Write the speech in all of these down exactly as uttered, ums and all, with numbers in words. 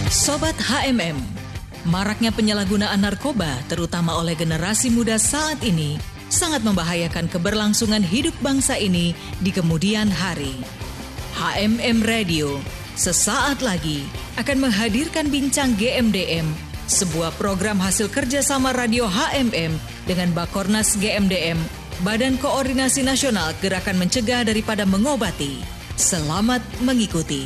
Sobat H M M, maraknya penyalahgunaan narkoba terutama oleh generasi muda saat ini sangat membahayakan keberlangsungan hidup bangsa ini di kemudian hari. H M M Radio sesaat lagi akan menghadirkan Bincang G M D M, sebuah program hasil kerjasama Radio H M M dengan Bakornas G M D M, Badan Koordinasi Nasional Gerakan Mencegah Daripada Mengobati. Selamat mengikuti.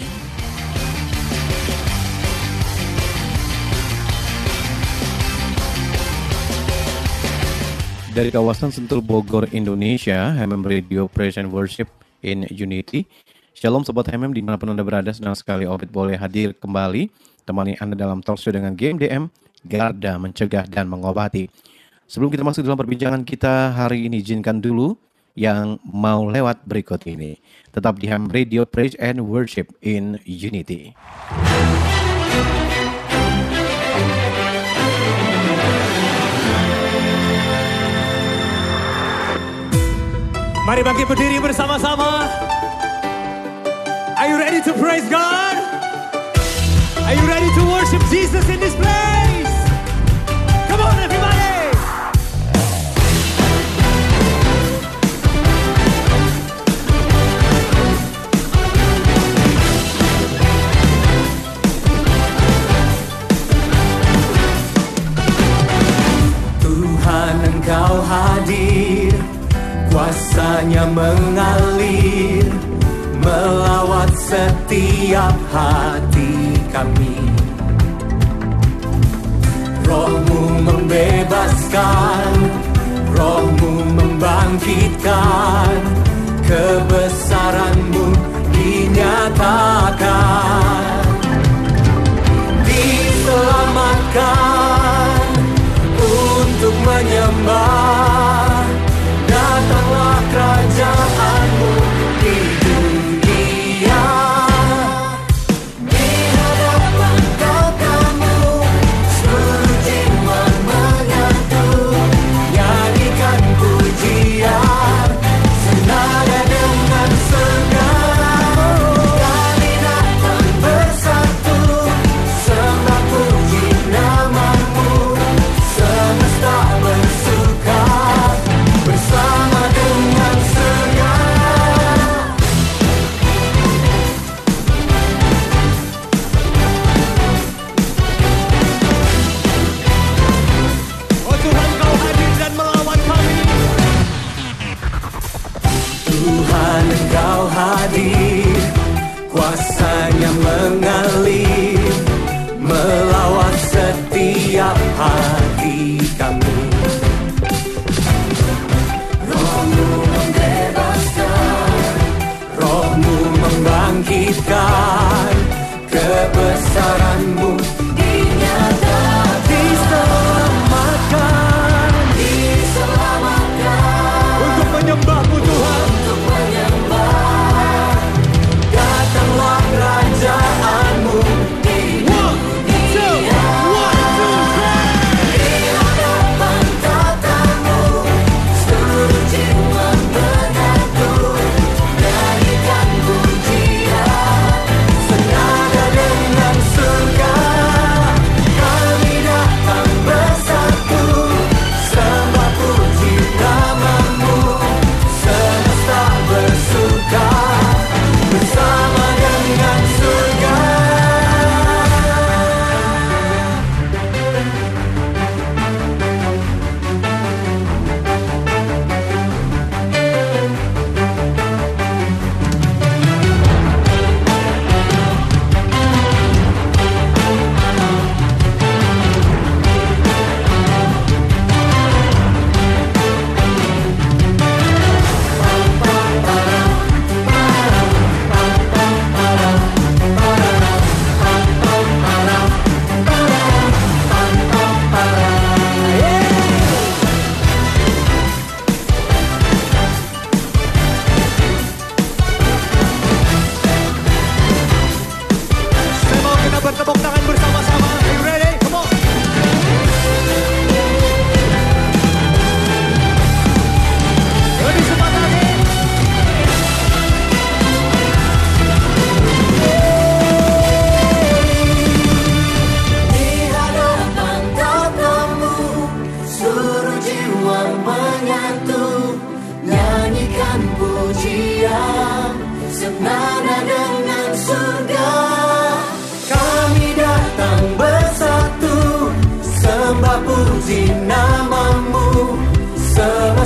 Dari kawasan Sentul Bogor, Indonesia, H M M Radio Praise and Worship in Unity. Shalom Sobat H M M dimanapun Anda berada, senang sekali Obed boleh hadir kembali temani Anda dalam talkshow dengan G M D M, Garda Mencegah dan Mengobati. Sebelum kita masuk dalam perbincangan kita hari ini, izinkan dulu yang mau lewat berikut ini. Tetap di H M M Radio Praise and Worship in Unity. Mari bangkit berdiri bersama-sama. Are you ready to praise God? Are you ready to worship Jesus in this place? Come on everybody! Tuhan, Engkau hadir, kuasanya mengalir, melawat setiap hati kami. Roh-Mu membebaskan, Roh-Mu membangkitkan, kebesaran-Mu dinyatakan. Diselamatkan untuk menyembah, datanglah kerajaan-Mu di dunia. Di hadapan Kau-Mu seluruh jiwa menyatu, nyanyikan pujian senada dengan segala. Kami datang bersatu, sembah puji nama-Mu, semesta bersuka bersama dengan segala. Oh Tuhan, Kau hadir dan melawat kami. Tuhan, Engkau hadir, kuasanya mengalir, melawat setiap hati kami. Roh-Mu membebaskan, Roh-Mu membangkitkan, kebesaran-Mu dinyatakan. Diselamatkan, diselamatkan untuk menyembah-Mu Tuhan, untuk menyembah. Datanglah kerajaan-Mu di dunia. Di hadapan tata-Mu seluruh jiwa menyatu, nyanyikan pujian senada dengan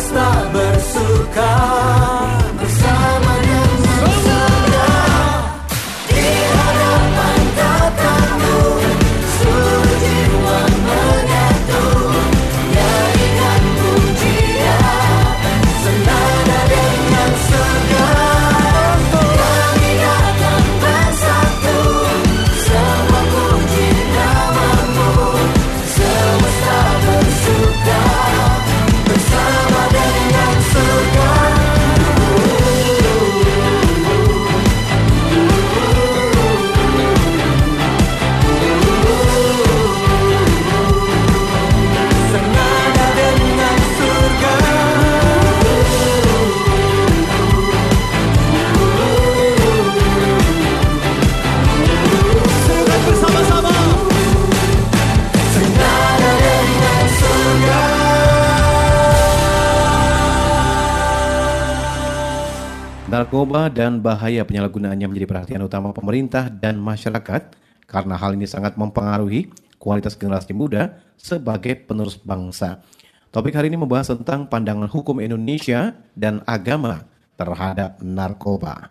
semesta bersuka bersama dengan surga di hadapan tatamu, seluruh jiwa menyatu, nyanyikan pujian senada dengan surga. Kami akan bersatu, semua puji namamu, semesta bersuka bersama dengan surga. Senada dengan surga. Semoga bersama-sama. Senada dengan surga. Narkoba dan bahaya penyalahgunaannya menjadi perhatian utama pemerintah dan masyarakat karena hal ini sangat mempengaruhi kualitas generasi muda sebagai penerus bangsa. Topik hari ini membahas tentang pandangan hukum Indonesia dan agama terhadap narkoba.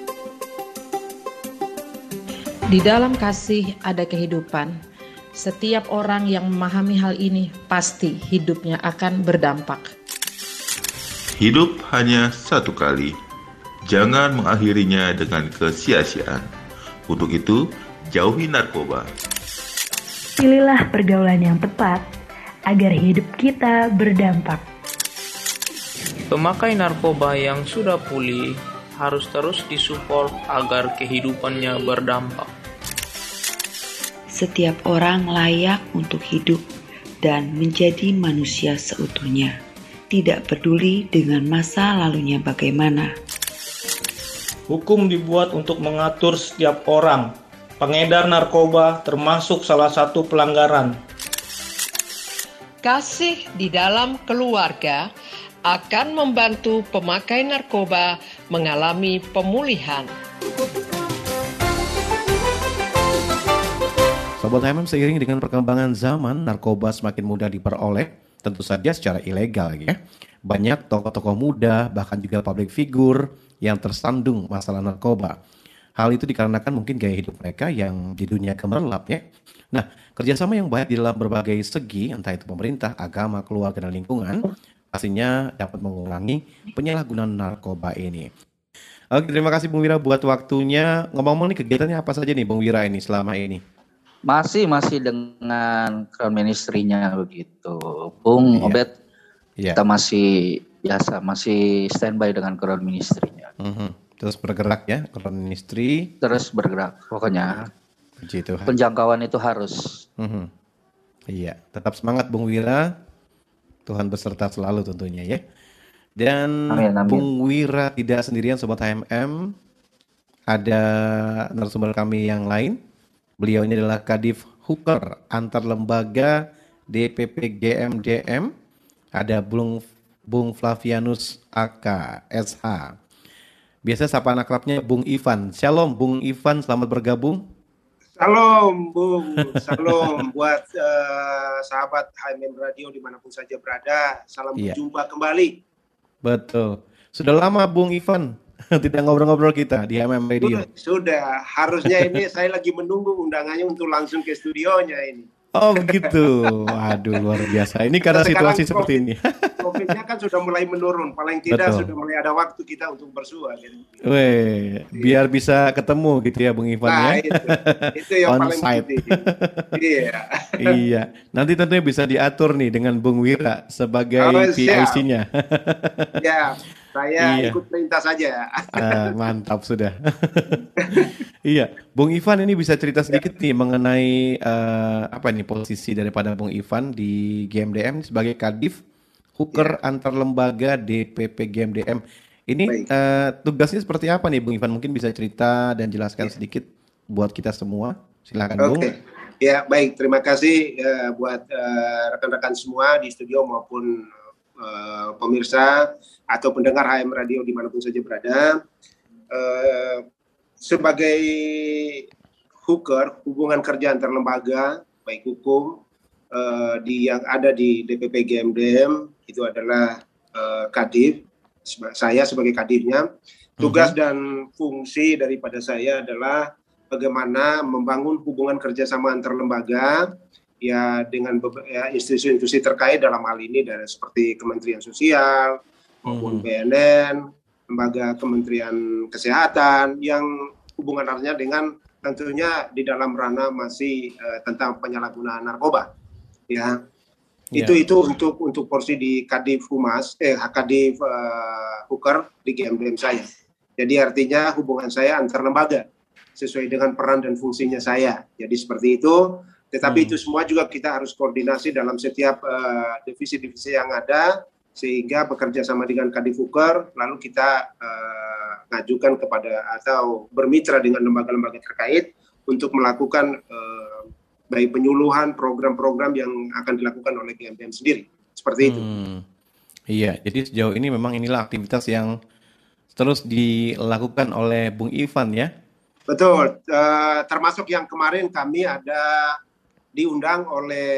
Di dalam kasih ada kehidupan. Setiap orang yang memahami hal ini pasti hidupnya akan berdampak. Hidup hanya satu kali. Jangan mengakhirinya dengan kesia-siaan. Untuk itu, jauhi narkoba. Pilihlah pergaulan yang tepat agar hidup kita berdampak. Pemakai narkoba yang sudah pulih harus terus disupport agar kehidupannya berdampak. Setiap orang layak untuk hidup dan menjadi manusia seutuhnya, tidak peduli dengan masa lalunya bagaimana. Hukum dibuat untuk mengatur setiap orang. Pengedar narkoba termasuk salah satu pelanggaran. Kasih di dalam keluarga akan membantu pemakai narkoba mengalami pemulihan. Sobat H M M, seiring dengan perkembangan zaman, narkoba semakin mudah diperoleh, tentu saja secara ilegal ya. Banyak tokoh-tokoh muda, bahkan juga public figure yang tersandung masalah narkoba. Hal itu dikarenakan mungkin gaya hidup mereka yang di dunia gemerlap ya. Nah, kerjasama yang baik di dalam berbagai segi, entah itu pemerintah, agama, keluarga, dan lingkungan, pastinya dapat mengurangi penyalahgunaan narkoba ini. Oke, terima kasih Bung Wira buat waktunya. Ngomong-ngomong nih, kegiatannya apa saja nih Bung Wira ini selama ini? Masih masih dengan Crown Ministry-nya begitu, Bung Iya. Obed. Iya. Kita masih biasa, masih standby dengan Crown Ministry-nya. Mhm. Terus bergerak ya, Crown Ministry. Terus bergerak, pokoknya. Puji Tuhan. Penjangkauan itu harus. Mhm. Iya, tetap semangat Bung Wira. Tuhan beserta selalu tentunya ya. Dan Amin, amin. Bung Wira tidak sendirian Sobat H M M. Ada narasumber kami yang lain. Beliau ini adalah Kadif Hooker antar lembaga D P P G M D M. Ada Bung Bung Flavianus A K S H. Biasa sapaan akrabnya Bung Ivan. Shalom Bung Ivan, selamat bergabung. Salam Bung, salam buat uh, sahabat H M M Radio dimanapun saja berada. Salam Iya. berjumpa kembali. Betul. Sudah lama Bung Ivan tidak ngobrol-ngobrol kita di H M M Radio. Sudah, sudah. Harusnya ini saya lagi menunggu undangannya untuk langsung ke studionya ini. Oh begitu. Waduh, luar biasa. Ini karena Sekarang situasi seperti ini. COVID-nya kan sudah mulai menurun. Paling tidak Betul. sudah mulai ada waktu kita untuk bersua. Gitu. Weh, biar bisa ketemu gitu ya Bung Ivan Nah, ya. itu, itu yang On paling site. penting. Iya. Iya. Nanti tentunya bisa diatur nih dengan Bung Wira sebagai Oh, P I siap. C-nya. Ya, saya Iya. ikut perintah saja. Ah, mantap sudah. Iya, Bung Ivan ini bisa cerita sedikit nih mengenai eh, apa nih posisi daripada Bung Ivan di G M D M sebagai Kadif Hooker antar lembaga D P P G M D M. Ini eh, tugasnya seperti apa nih Bung Ivan? Mungkin bisa cerita dan jelaskan sedikit buat kita semua. Silakan Bung. Oke, ya baik. Terima kasih eh, buat eh, rekan-rekan semua di studio maupun eh, pemirsa atau pendengar H M Radio dimanapun saja berada. Eh, sebagai hooker, hubungan kerja antar lembaga, baik hukum eh, di yang ada di D P P G M D M itu adalah uh, Kadif, saya sebagai Kadifnya, tugas mm-hmm. dan fungsi daripada saya adalah bagaimana membangun hubungan kerjasama antar lembaga ya dengan ya, institusi-institusi terkait dalam hal ini dari seperti Kementerian Sosial maupun mm-hmm. B N N, lembaga Kementerian Kesehatan yang hubungan artinya dengan tentunya di dalam ranah masih uh, tentang penyalahgunaan narkoba, ya. Yeah. Itu itu untuk untuk porsi di Kadif Humas, eh Kadif uh, Huker di G M D M saya. Jadi artinya hubungan saya antar lembaga sesuai dengan peran dan fungsinya saya. Jadi seperti itu. Tetapi hmm. itu semua juga kita harus koordinasi dalam setiap uh, divisi-divisi yang ada sehingga bekerja sama dengan Kadif Huker, lalu kita uh, ngajukan kepada atau bermitra dengan lembaga-lembaga terkait untuk melakukan uh, baik penyuluhan program-program yang akan dilakukan oleh G M D M sendiri. Seperti itu. Hmm, iya, jadi sejauh ini memang inilah aktivitas yang terus dilakukan oleh Bung Ivan ya? Betul, uh, termasuk yang kemarin kami ada diundang oleh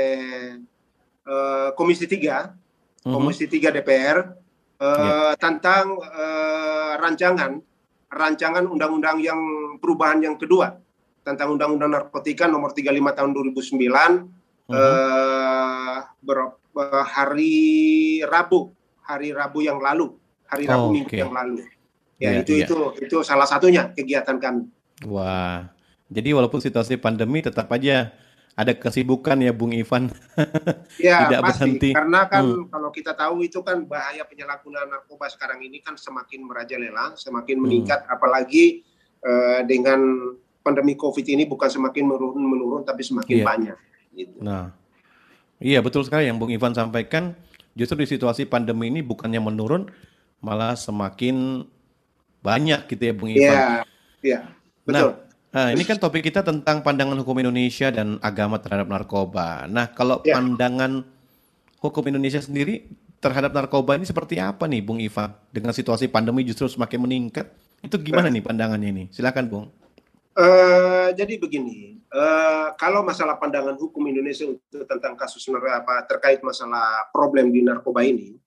uh, Komisi tiga, Komisi tiga D P R uh, yeah. tentang uh, rancangan rancangan undang-undang yang perubahan yang kedua tentang undang-undang narkotika nomor tiga puluh lima tahun dua ribu sembilan uh-huh. uh, ber, uh, hari Rabu hari Rabu yang lalu hari Rabu oh, minggu okay. yang lalu ya yeah, itu yeah. itu itu salah satunya kegiatan kami. Wah, jadi walaupun situasi pandemi tetap aja ada kesibukan ya Bung Ivan. Ya, tidak pasti. berhenti. Karena kan hmm. kalau kita tahu itu kan bahaya penyalahgunaan narkoba sekarang ini kan semakin merajalela, semakin meningkat, hmm. apalagi uh, dengan pandemi COVID ini bukan semakin menurun-menurun tapi semakin yeah. banyak. Gitu. Nah, iya betul sekali yang Bung Ivan sampaikan. Justru di situasi pandemi ini bukannya menurun, malah semakin banyak gitu ya Bung Ivan. Iya, iya, betul. Nah, Nah, ini kan topik kita tentang pandangan hukum Indonesia dan agama terhadap narkoba. Nah, kalau ya. pandangan hukum Indonesia sendiri terhadap narkoba ini seperti apa nih, Bung Ivan? Dengan situasi pandemi justru semakin meningkat, itu gimana nih pandangannya ini? Silakan, Bung. Uh, jadi begini, uh, kalau masalah pandangan hukum Indonesia untuk tentang kasus narkoba terkait masalah problem di narkoba ini,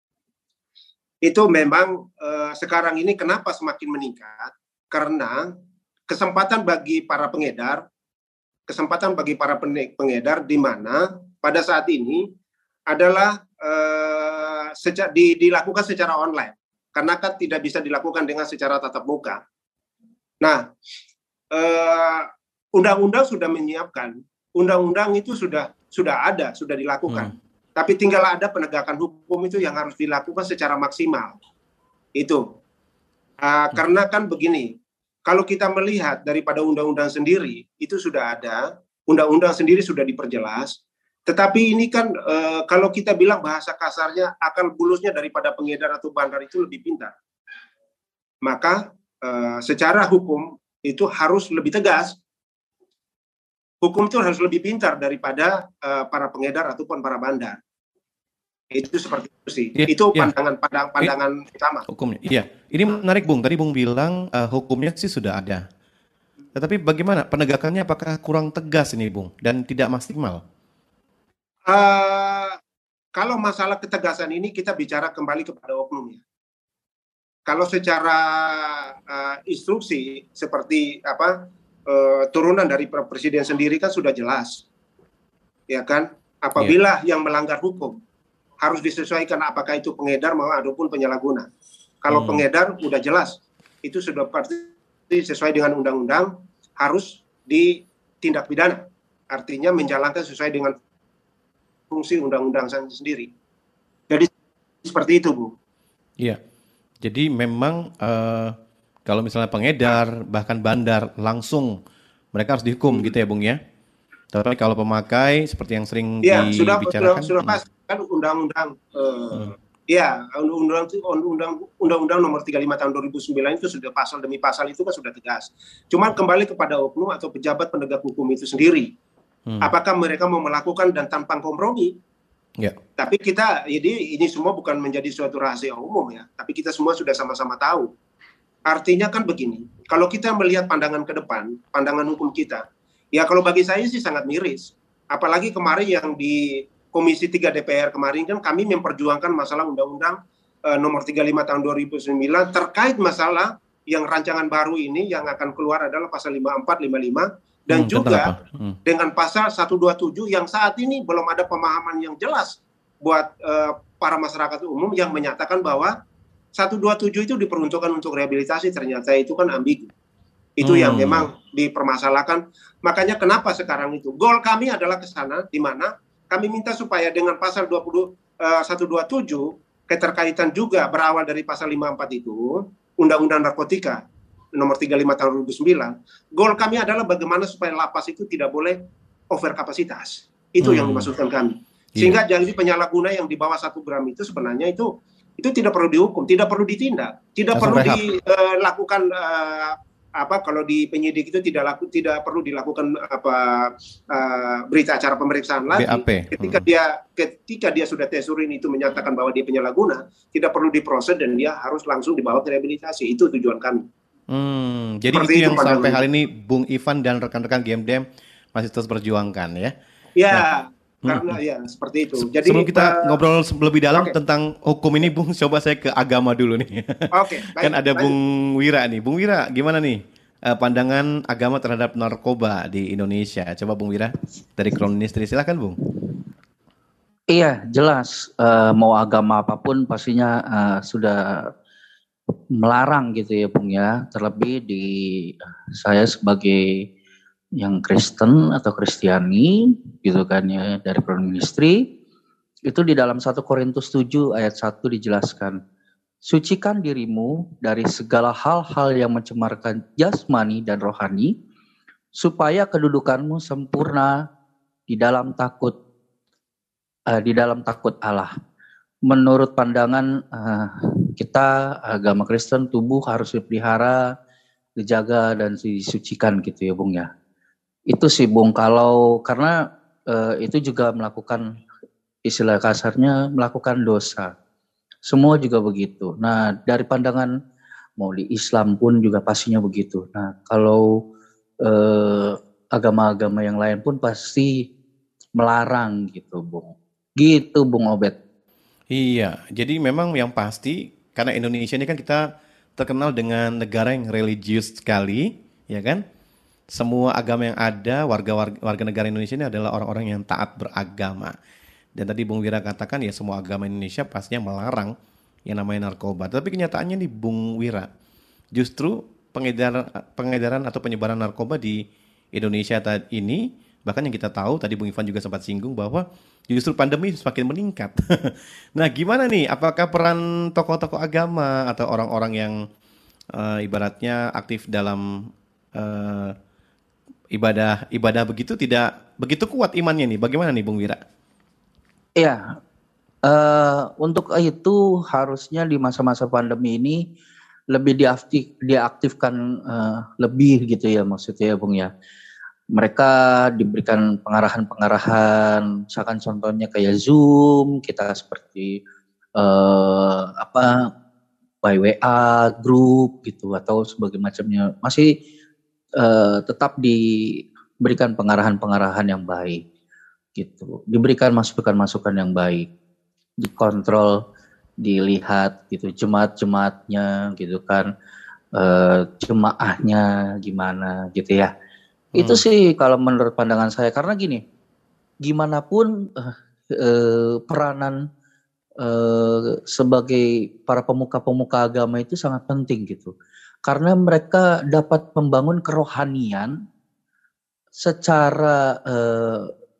itu memang uh, sekarang ini kenapa semakin meningkat? Karena kesempatan bagi para pengedar, kesempatan bagi para pengedar di mana pada saat ini adalah eh, seja, di, dilakukan secara online, karena kan tidak bisa dilakukan dengan secara tatap muka. Nah, eh, undang-undang sudah menyiapkan, undang-undang itu sudah sudah ada, sudah dilakukan, hmm. tapi tinggal ada penegakan hukum itu yang harus dilakukan secara maksimal. Itu eh, hmm. karena kan begini. Kalau kita melihat daripada undang-undang sendiri, itu sudah ada, undang-undang sendiri sudah diperjelas, tetapi ini kan e, kalau kita bilang bahasa kasarnya, akal bulusnya daripada pengedar atau bandar itu lebih pintar. Maka e, secara hukum itu harus lebih tegas. Hukum itu harus lebih pintar daripada e, para pengedar ataupun para bandar. Itu seperti itu sih. Yeah, itu pandangan yeah. pandang, pandangan yeah. utama. Hukumnya. Iya. Ini menarik Bung. Tadi Bung bilang uh, hukumnya sih sudah ada. Tetapi bagaimana penegakannya? Apakah kurang tegas ini Bung dan tidak maksimal? Uh, kalau masalah ketegasan ini kita bicara kembali kepada oknumnya. Kalau secara uh, instruksi seperti apa uh, turunan dari Presiden sendiri kan sudah jelas, ya kan? Apabila yeah. yang melanggar hukum harus disesuaikan apakah itu pengedar maupun penyalahguna. Kalau hmm. pengedar udah jelas, itu sudah pasti sesuai dengan undang-undang harus ditindak pidana. Artinya menjalankan sesuai dengan fungsi undang-undang sendiri. Jadi seperti itu, Bu. Iya. Jadi memang uh, kalau misalnya pengedar bahkan bandar langsung mereka harus dihukum hmm. gitu ya, Bung ya. Tapi kalau pemakai seperti yang sering ya, dibicarakan, sudah, sudah pas kan undang-undang, uh, hmm. ya undang-undang undang undang-undang nomor tiga puluh lima tahun dua ribu sembilan itu sudah pasal demi pasal itu kan sudah tegas. Cuman kembali kepada oknum atau pejabat penegak hukum itu sendiri, hmm. apakah mereka mau melakukan dan tanpa kompromi? Ya. Tapi kita, jadi ini semua bukan menjadi suatu rahasia umum ya. Tapi kita semua sudah sama-sama tahu. Artinya kan begini, kalau kita melihat pandangan ke depan, pandangan hukum kita. Ya kalau bagi saya sih sangat miris. Apalagi kemarin yang di Komisi tiga D P R kemarin kan kami memperjuangkan masalah undang-undang uh, nomor tiga puluh lima tahun dua ribu sembilan terkait masalah yang rancangan baru ini yang akan keluar adalah pasal lima puluh empat, lima puluh lima dan hmm, juga hmm. dengan pasal seratus dua puluh tujuh yang saat ini belum ada pemahaman yang jelas buat uh, para masyarakat umum yang menyatakan bahwa seratus dua puluh tujuh itu diperuntukkan untuk rehabilitasi, ternyata itu kan ambigu. Itu hmm. yang memang dipermasalahkan. Makanya kenapa sekarang itu goal kami adalah ke sana, di mana kami minta supaya dengan pasal dua puluh, uh, seratus dua puluh tujuh keterkaitan juga berawal dari pasal lima puluh empat itu Undang-Undang Narkotika nomor tiga puluh lima tahun dua ribu sembilan. Goal kami adalah bagaimana supaya lapas itu tidak boleh over kapasitas. Itu hmm. yang dimaksudkan kami. Sehingga yeah. jadi penyalahguna yang di bawah satu gram itu sebenarnya itu itu tidak perlu dihukum, tidak perlu ditindak, tidak perlu dilakukan uh, apa kalau di penyidik itu tidak laku tidak perlu dilakukan apa uh, berita acara pemeriksaan lagi. B A P. Ketika hmm. dia ketika dia sudah tes urin itu menyatakan bahwa dia penyalahguna, tidak perlu diproses dan dia harus langsung dibawa ke rehabilitasi. Itu tujuan kami. Hmm, jadi Seperti itu yang itu sampai hari ini Bung Ivan dan rekan-rekan G M D M masih terus perjuangkan ya. Ya. Nah, Hmm. karena ya seperti itu. Jadi sebelum kita uh, ngobrol lebih dalam okay. tentang hukum ini, Bung, coba saya ke agama dulu nih. Oke. Okay, kan ada baik. Bung Wira nih. Bung Wira, gimana nih uh, pandangan agama terhadap narkoba di Indonesia? Coba Bung Wira dari Kronologi, silakan Bung. Iya, jelas. Uh, mau agama apapun pastinya uh, sudah melarang gitu ya, Bung ya. Terlebih di saya sebagai yang Kristen atau Kristiani gitu kan ya, dari Kronologi Ministry itu di dalam satu Korintus tujuh ayat satu dijelaskan, sucikan dirimu dari segala hal-hal yang mencemarkan jasmani dan rohani supaya kedudukanmu sempurna di dalam takut uh, di dalam takut Allah. Menurut pandangan uh, kita agama Kristen, tubuh harus dipelihara, dijaga dan disucikan gitu ya, Bung ya. Itu sih Bung, kalau karena uh, itu juga melakukan istilah kasarnya melakukan dosa. Semua juga begitu. Nah, dari pandangan mau di Islam pun juga pastinya begitu. Nah, kalau uh, agama-agama yang lain pun pasti melarang gitu, Bung. Gitu, Bung Obed. Iya, jadi memang yang pasti karena Indonesia ini kan kita terkenal dengan negara yang religius sekali, ya kan? Semua agama yang ada, warga, warga warga negara Indonesia ini adalah orang-orang yang taat beragama. Dan tadi Bung Wira katakan ya semua agama Indonesia pastinya melarang yang namanya narkoba. Tapi kenyataannya nih Bung Wira, justru pengedaran pengedaran atau penyebaran narkoba di Indonesia saat ini, bahkan yang kita tahu tadi Bung Ivan juga sempat singgung bahwa justru pandemi semakin meningkat. Nah, gimana nih? Apakah peran tokoh-tokoh agama atau orang-orang yang uh, ibaratnya aktif dalam uh, ibadah ibadah begitu tidak begitu kuat imannya nih? Bagaimana nih Bung Wira? Iya, uh, untuk itu harusnya di masa-masa pandemi ini lebih diaktif, diaktifkan uh, lebih gitu ya maksudnya ya Bung ya. Mereka diberikan pengarahan-pengarahan, misalkan contohnya kayak Zoom, kita seperti uh, apa by W A, grup gitu atau sebagai macamnya masih uh, tetap diberikan pengarahan-pengarahan yang baik gitu, diberikan masukan-masukan yang baik, dikontrol, dilihat gitu jemaat-jemaatnya gitu kan, uh, jemaahnya gimana gitu ya. Itu sih kalau menurut pandangan saya, karena gini, gimana pun uh, uh, peranan uh, sebagai para pemuka-pemuka agama itu sangat penting gitu. Karena mereka dapat membangun kerohanian secara uh,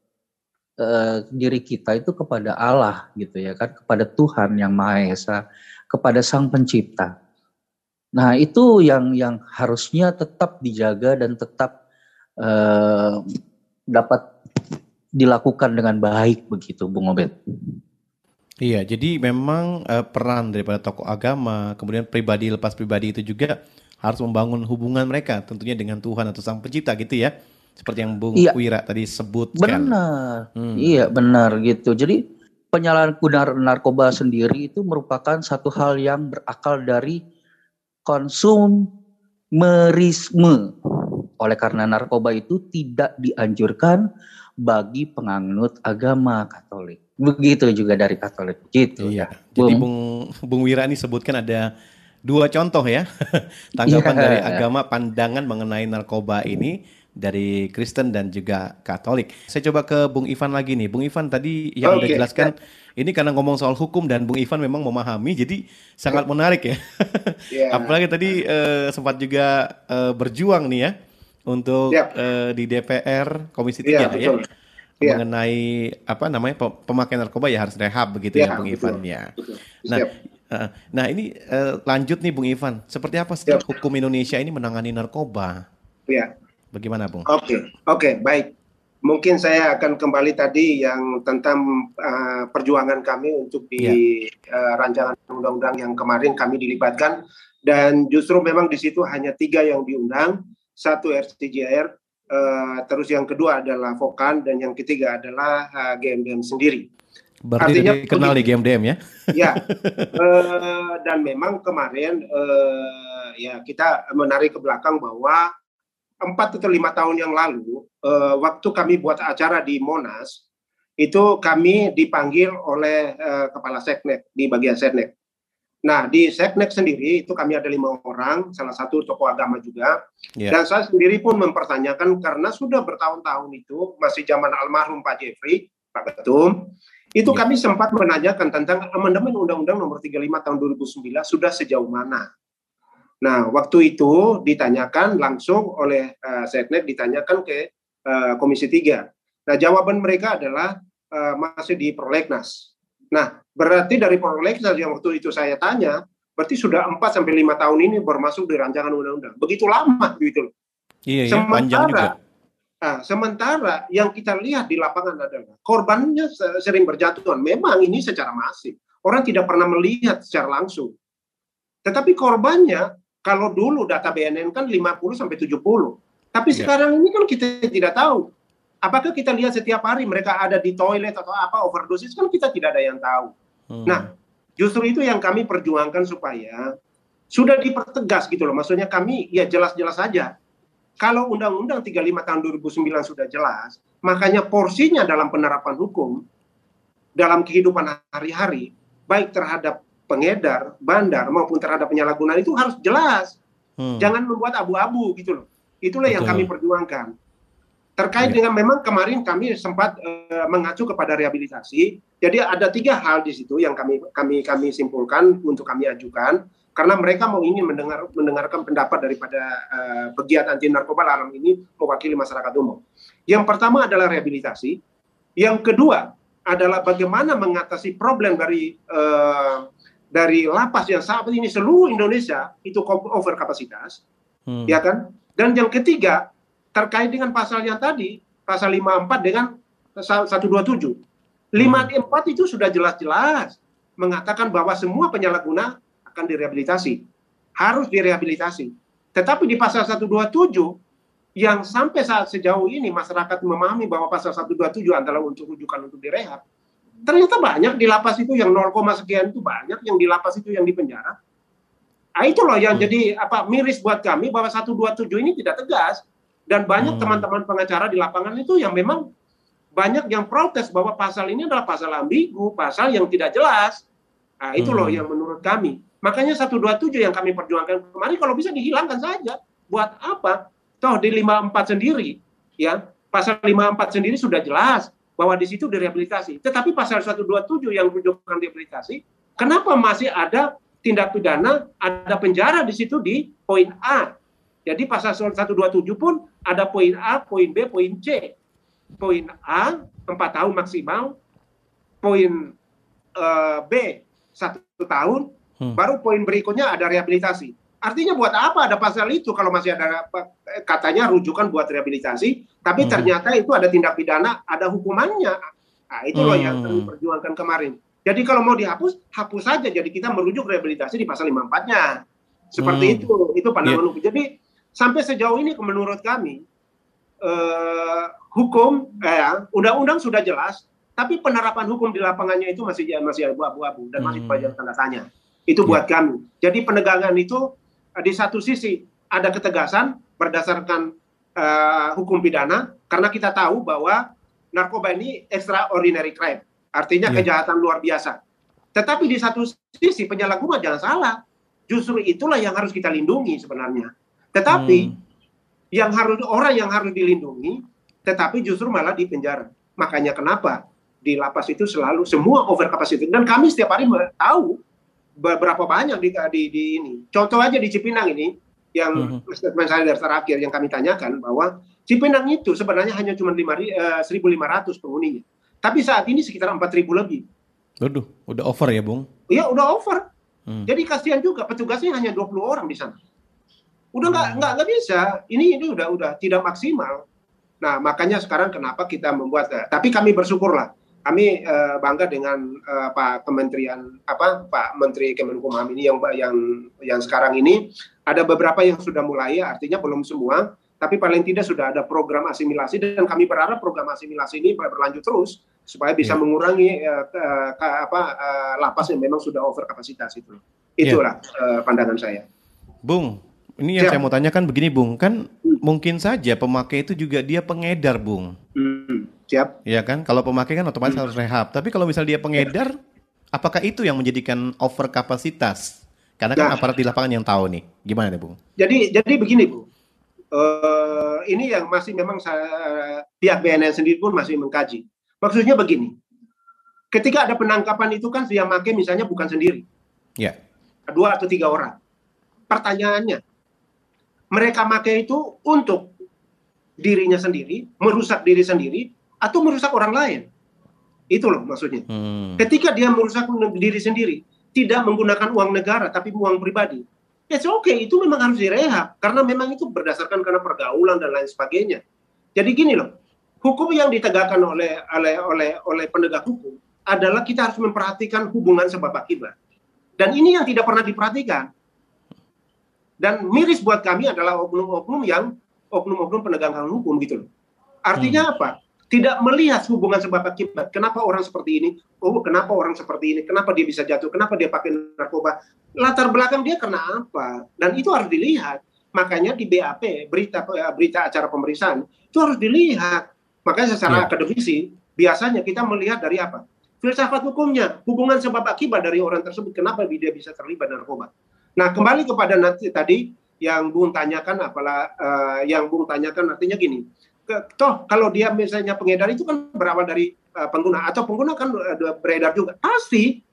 uh, diri kita itu kepada Allah gitu ya kan, kepada Tuhan yang Maha Esa, kepada Sang Pencipta. Nah, itu yang yang harusnya tetap dijaga dan tetap Uh, dapat dilakukan dengan baik begitu, Bung Obed. Iya, jadi memang uh, peran daripada tokoh agama, kemudian pribadi lepas pribadi itu juga harus membangun hubungan mereka tentunya dengan Tuhan atau Sang Pencipta gitu ya. Seperti yang Bung iya. Wira tadi sebutkan. Benar, hmm. iya benar gitu. Jadi penyalahgunaan narkoba sendiri itu merupakan satu hal yang berakal dari konsumerisme. Oleh karena narkoba itu tidak dianjurkan bagi penganut agama Katolik. Begitu juga dari Katolik. Gitu. Iya. Jadi Bung Bung Wira ini sebutkan ada dua contoh ya tanggapan yeah. dari agama, pandangan mengenai narkoba ini dari Kristen dan juga Katolik. Saya coba ke Bung Ivan lagi nih. Bung Ivan tadi yang okay. udah jelaskan ini karena ngomong soal hukum dan Bung Ivan memang memahami, jadi sangat menarik ya. Yeah. Apalagi tadi uh, sempat juga uh, berjuang nih ya untuk yeah. uh, di D P R Komisi tiga yeah, ya. Yeah. Mengenai apa namanya pemakaian narkoba ya harus rehab begitu yeah, ya Bung betul, Ivan ya. Betul. Nah, uh, nah ini uh, lanjut nih Bung Ivan. Seperti apa sih yeah. hukum Indonesia ini menangani narkoba? Ya. Yeah. Bagaimana Bung? Oke, okay. oke, okay, baik. Mungkin saya akan kembali tadi yang tentang uh, perjuangan kami untuk di yeah. uh, rancangan undang-undang yang kemarin kami dilibatkan, dan justru memang di situ hanya tiga yang diundang, satu R C J R, uh, terus yang kedua adalah Vokan, dan yang ketiga adalah uh, G M D M sendiri. Berarti artinya dikenal di G M D M ya? Ya, uh, dan memang kemarin uh, ya kita menarik ke belakang bahwa empat atau lima tahun yang lalu, uh, waktu kami buat acara di Monas, itu kami dipanggil oleh uh, Kepala Seknek di bagian Seknek. Nah, di Seknek sendiri itu kami ada lima orang, salah satu tokoh agama juga. Yeah. Dan saya sendiri pun mempertanyakan karena sudah bertahun-tahun itu, masih zaman almarhum Pak Jeffrey, Pak Ketum, itu yeah. kami sempat menanyakan tentang amandemen Undang-Undang Nomor tiga puluh lima Tahun dua ribu sembilan sudah sejauh mana. Nah, waktu itu ditanyakan langsung oleh uh, Seknek, ditanyakan ke uh, Komisi tiga. Nah, jawaban mereka adalah uh, masih di Prolegnas. Nah, berarti dari Prolegnas yang waktu itu saya tanya, berarti sudah empat sampai lima tahun ini bermasuk di rancangan undang-undang. Begitu lama gitu loh. Iya, iya, panjang juga. Nah, sementara yang kita lihat di lapangan adalah korbannya sering berjatuhan. Memang ini secara masif. Orang tidak pernah melihat secara langsung. Tetapi korbannya, kalau dulu data B N N kan lima puluh sampai tujuh puluh. Tapi yeah. sekarang ini kan kita tidak tahu. Apakah kita lihat setiap hari mereka ada di toilet atau apa, overdosis, kan kita tidak ada yang tahu. Hmm. Nah, justru itu yang kami perjuangkan supaya sudah dipertegas gitu loh. Maksudnya kami ya jelas-jelas saja. Kalau Undang-Undang tiga puluh lima Tahun dua ribu sembilan sudah jelas, makanya porsinya dalam penerapan hukum, dalam kehidupan hari-hari, baik terhadap pengedar, bandar, maupun terhadap penyalahgunaan itu harus jelas. Hmm. Jangan membuat abu-abu gitu loh. Itulah Betul. yang kami perjuangkan. Terkait ya. dengan memang kemarin kami sempat uh, mengacu kepada rehabilitasi. Jadi ada tiga hal di situ yang kami kami kami simpulkan untuk kami ajukan, karena mereka mau ingin mendengar mendengarkan pendapat daripada uh, pegiat anti narkoba dalam ini mewakili masyarakat umum. Yang pertama adalah rehabilitasi. Yang kedua adalah bagaimana mengatasi problem dari uh, dari lapas yang saat ini seluruh Indonesia itu over kapasitas, hmm. ya kan? Dan yang ketiga terkait dengan pasal yang tadi, pasal lima puluh empat dengan seratus dua puluh tujuh. lima puluh empat itu sudah jelas-jelas mengatakan bahwa semua penyalahguna akan direhabilitasi, harus direhabilitasi. Tetapi di pasal seratus dua puluh tujuh yang sampai saat sejauh ini masyarakat memahami bahwa pasal seratus dua puluh tujuh adalah untuk rujukan untuk direhab. Ternyata banyak di lapas itu yang nol, sekian itu banyak yang di lapas itu yang di penjara. Nah, itu loh yang hmm. jadi apa miris buat kami bahwa seratus dua puluh tujuh ini tidak tegas, dan banyak hmm. teman-teman pengacara di lapangan itu yang memang banyak yang protes bahwa pasal ini adalah pasal ambigu, pasal yang tidak jelas. Nah, itu hmm. loh yang menurut kami. Makanya seratus dua puluh tujuh yang kami perjuangkan kemarin kalau bisa dihilangkan saja. Buat apa? Toh di lima puluh empat sendiri, ya pasal lima puluh empat sendiri sudah jelas bahwa di situ direhabilitasi. Tetapi pasal seratus dua puluh tujuh yang rujukan rehabilitasi, kenapa masih ada tindak pidana, ada penjara di situ di poin A. Jadi pasal seratus dua puluh tujuh pun ada poin A, poin B, poin C. Poin A empat tahun maksimal, poin uh, B satu tahun, hmm. baru poin berikutnya ada rehabilitasi. Artinya buat apa ada pasal itu kalau masih ada katanya rujukan buat rehabilitasi, tapi hmm. ternyata itu ada tindak pidana, ada hukumannya. Nah, itu loh hmm. yang kami perjuangkan kemarin. Jadi kalau mau dihapus, hapus saja. Jadi kita merujuk rehabilitasi di pasal lima puluh empat-nya. Seperti hmm. itu, itu pandangan yeah. hukum. Jadi sampai sejauh ini menurut kami, eh, hukum, eh, undang-undang sudah jelas, tapi penerapan hukum di lapangannya itu masih masih abu-abu dan masih banyak tanda tanya. Itu buat yeah. kami. Jadi penegakan itu di satu sisi ada ketegasan berdasarkan uh, hukum pidana karena kita tahu bahwa narkoba ini extraordinary crime, artinya yeah. kejahatan luar biasa. Tetapi di satu sisi penyalahguna jangan salah, justru itulah yang harus kita lindungi sebenarnya. Tetapi hmm. yang harus orang yang harus dilindungi, tetapi justru malah di penjara. Makanya kenapa di lapas itu selalu semua over capacity, dan kami setiap hari tahu berapa banyak di, di, di ini. Contoh aja di Cipinang ini, yang uh-huh. statement saya dari terakhir yang kami tanyakan bahwa Cipinang itu sebenarnya hanya cuma seribu lima ratus penghuninya. Tapi saat ini sekitar empat ribu lebih. Waduh, udah over ya, Bung? Iya, udah over. Hmm. Jadi kasihan juga, petugasnya hanya dua puluh orang di sana. Udah nggak hmm. nggak nggak bisa. Ini ini udah udah tidak maksimal. Nah, makanya sekarang kenapa kita membuat, uh, tapi kami bersyukurlah. Kami uh, bangga dengan uh, Pak Kementerian apa Pak Menteri Kemenkumham ini yang yang yang sekarang ini ada beberapa yang sudah mulai, artinya belum semua, tapi paling tidak sudah ada program asimilasi, dan kami berharap program asimilasi ini berlanjut terus supaya bisa yeah. mengurangi uh, uh, apa uh, lapas yang memang sudah over kapasitas itu. Itulah yeah. uh, pandangan saya. Bung, ini yang Siap. saya mau tanyakan begini, Bung, kan hmm. mungkin saja pemakai itu juga dia pengedar, Bung. Hmm. Siap. Iya kan, kalau pemakai kan otomatis hmm. harus rehab. Tapi kalau misalnya dia pengedar, apakah itu yang menjadikan over kapasitas? Karena kan nah, aparat di lapangan yang tahu nih. Gimana nih, Bung? Jadi jadi begini, Bu. Uh, ini yang masih memang saya, pihak B N N sendiri pun masih mengkaji. Maksudnya begini. Ketika ada penangkapan itu kan yang pakai misalnya bukan sendiri. Ya. Dua atau tiga orang. Pertanyaannya, mereka pakai itu untuk dirinya sendiri, merusak diri sendiri, atau merusak orang lain. Itu loh maksudnya. Hmm. Ketika dia merusak diri sendiri, tidak menggunakan uang negara, tapi uang pribadi, ya oke, okay, itu memang harus direhab. Karena memang itu berdasarkan karena pergaulan dan lain sebagainya. Jadi gini loh, hukum yang ditegakkan oleh oleh oleh oleh penegak hukum adalah kita harus memperhatikan hubungan sebab akibat. Dan ini yang tidak pernah diperhatikan. Dan miris buat kami adalah oknum-oknum yang oknum-oknum penegakan hukum gitu loh. Artinya hmm. apa? Tidak melihat hubungan sebab akibat. Kenapa orang seperti ini? Oh, kenapa orang seperti ini? Kenapa dia bisa jatuh? Kenapa dia pakai narkoba? Latar belakang dia kena apa? Dan itu harus dilihat. Makanya di B A P, berita berita acara pemeriksaan, itu harus dilihat. Makanya secara ya. akademisi, biasanya kita melihat dari apa? Filsafat hukumnya, hubungan sebab akibat dari orang tersebut. Kenapa dia bisa terlibat narkoba? Nah, kembali kepada nanti tadi yang Bung tanyakan, apalah uh, yang Bung tanyakan artinya gini. Ke, toh kalau dia misalnya pengedar itu kan berawal dari uh, pengguna, atau pengguna kan uh, beredar juga, pasti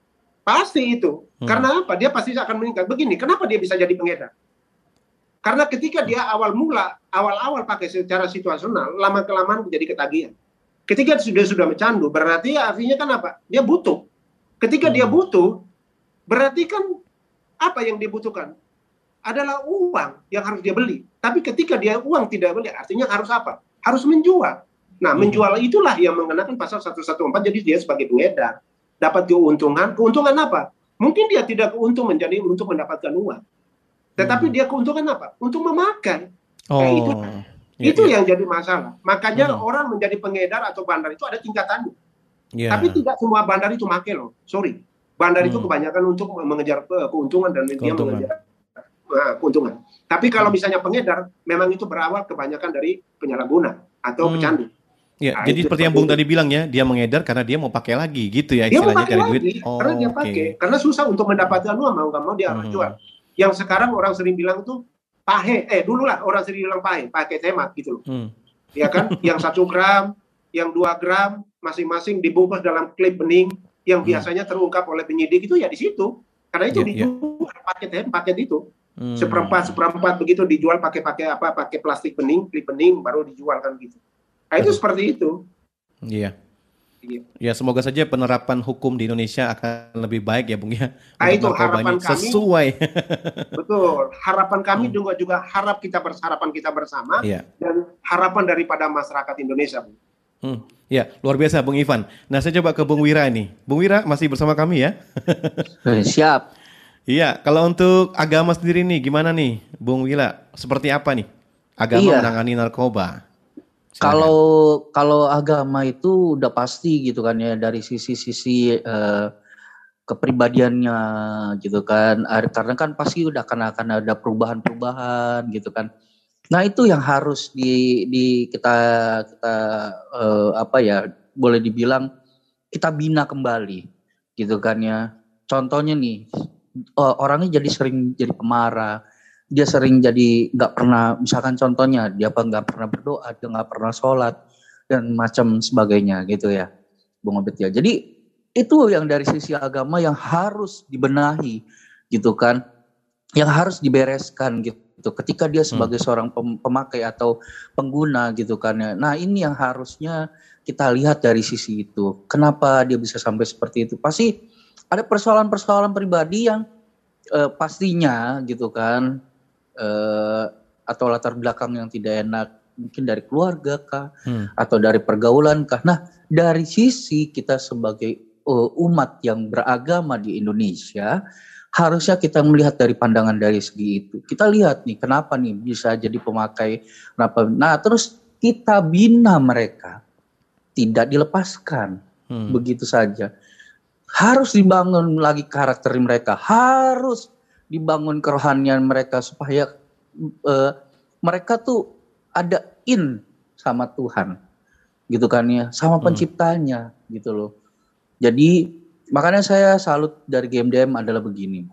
pasti itu hmm. karena apa, dia pasti akan meningkat. Begini, kenapa dia bisa jadi pengedar? Karena ketika dia awal mula awal-awal pakai secara situasional, lama kelamaan menjadi ketagihan. Ketika sudah sudah mencandu, berarti artinya kan apa, dia butuh. Ketika hmm. dia butuh, berarti kan apa yang dibutuhkan adalah uang yang harus dia beli. Tapi ketika dia uang tidak beli, artinya harus apa? Harus menjual. Nah, hmm. menjual itulah yang mengenakan pasal seratus empat belas, jadi dia sebagai pengedar. Dapat keuntungan. Keuntungan apa? Mungkin dia tidak keuntungan menjadi untuk mendapatkan uang. Tetapi hmm. dia keuntungan apa? Untuk memakai. Oh. Nah, itu ya, itu ya. yang jadi masalah. Makanya hmm. orang menjadi pengedar atau bandar itu ada tingkatannya. Yeah. Tapi tidak semua bandar itu make loh. Sorry. Bandar hmm. itu kebanyakan untuk mengejar keuntungan dan dia mengejar Nah, keuntungan. Tapi kalau misalnya pengedar, memang itu berawal kebanyakan dari penyalahguna atau hmm. pecandu. Ya, nah, jadi seperti yang Bung tadi bilang ya, dia mengedar karena dia mau pakai lagi, gitu ya istilahnya, cari duit. Oh, karena dia pakai, okay. karena susah untuk mendapatkan uang, mau nggak mau dia harus hmm. jual. Yang sekarang orang sering bilang itu pahe, eh dulu lah orang sering bilang pahe, pakai temat gitu loh. Hmm. Ya kan, yang satu gram, yang dua gram, masing-masing dibungkus dalam klip bening, yang hmm. biasanya terungkap oleh penyidik itu ya di situ. Karena itu yeah, dijual yeah. paket paket itu. Hmm. seperempat seperempat begitu dijual pakai pakai apa pakai plastik bening, klip bening baru dijual kan gitu. Nah itu seperti itu. Iya. Iya. Ya semoga saja penerapan hukum di Indonesia akan lebih baik ya Bung ya. Nah itu harapan kami. Sesuai. Betul. Harapan kami hmm. juga juga harap kita berharapan kita bersama yeah. dan harapan daripada masyarakat Indonesia. Hmm. Ya luar biasa Bung Ivan. Nah saya coba ke Bung Wira nih. Bung Wira masih bersama kami ya. Siap. Iya, kalau untuk agama sendiri nih, gimana nih, Bung Wila? Seperti apa nih agama iya. menangani narkoba? Silakan. Kalau kalau agama itu udah pasti gitu kan ya, dari sisi-sisi eh, kepribadiannya gitu kan, karena kan pasti udah akan akan ada perubahan-perubahan gitu kan. Nah itu yang harus di, di kita kita uh, apa ya boleh dibilang kita bina kembali gitu kan ya. Contohnya nih uh, orangnya jadi sering jadi pemarah, dia sering jadi nggak pernah, misalkan contohnya dia apa nggak pernah berdoa, dia nggak pernah sholat dan macam sebagainya gitu ya, Bung Obed ya. Jadi itu yang dari sisi agama yang harus dibenahi gitu kan, yang harus dibereskan gitu. Ketika dia sebagai hmm. seorang pemakai atau pengguna gitu kan ya. Nah ini yang harusnya kita lihat dari sisi itu. Kenapa dia bisa sampai seperti itu? Pasti ada persoalan-persoalan pribadi yang eh, pastinya gitu kan, eh, atau latar belakang yang tidak enak, mungkin dari keluarga kah, hmm. atau dari pergaulan kah. Nah dari sisi kita sebagai uh, umat yang beragama di Indonesia, harusnya kita melihat dari pandangan dari segi itu. Kita lihat nih, kenapa nih bisa jadi pemakai, kenapa. Nah terus kita bina mereka, tidak dilepaskan hmm. begitu saja. Harus dibangun lagi karakter mereka, harus dibangun kerohanian mereka supaya uh, mereka tuh ada in sama Tuhan, gitu kan ya, sama penciptanya hmm. gitu loh. Jadi makanya saya salut dari G M D M adalah begini.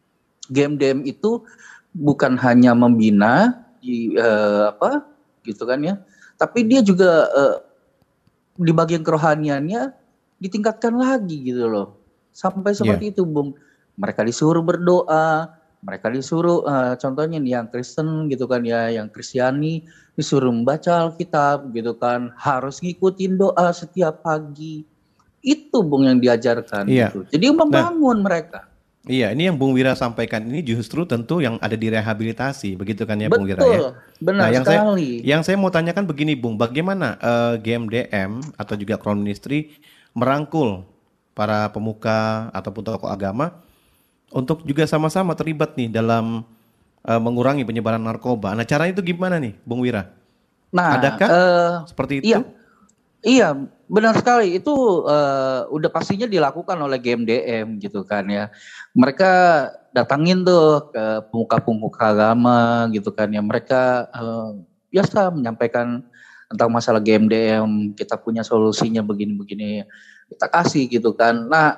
G M D M itu bukan hanya membina di uh, apa gitu kan ya, tapi dia juga uh, di bagian kerohaniannya ditingkatkan lagi gitu loh. Sampai seperti yeah. itu, Bung. Mereka disuruh berdoa, mereka disuruh uh, contohnya nih yang Kristen gitu kan ya, yang Kristiani disuruh membaca Alkitab gitu kan, harus ngikutin doa setiap pagi. Itu Bung yang diajarkan iya. gitu. Jadi membangun nah, mereka. Iya, ini yang Bung Wira sampaikan ini justru tentu yang ada di rehabilitasi, begitu kan ya Bung Wira ya? Betul, benar nah, yang sekali. Saya, yang saya mau tanyakan begini Bung, bagaimana uh, G M D M atau juga Crown Ministry merangkul para pemuka ataupun tokoh agama untuk juga sama-sama terlibat nih dalam uh, mengurangi penyebaran narkoba. Nah caranya itu gimana nih Bung Wira? Nah, adakah uh, seperti itu? Iya. Iya, benar sekali. Itu uh, udah pastinya dilakukan oleh G M D M gitu kan ya. Mereka datangin tuh ke pemuka-pemuka agama gitu kan ya. Mereka uh, biasa menyampaikan tentang masalah G M D M. Kita punya solusinya begini-begini. Kita kasih gitu kan. Nah,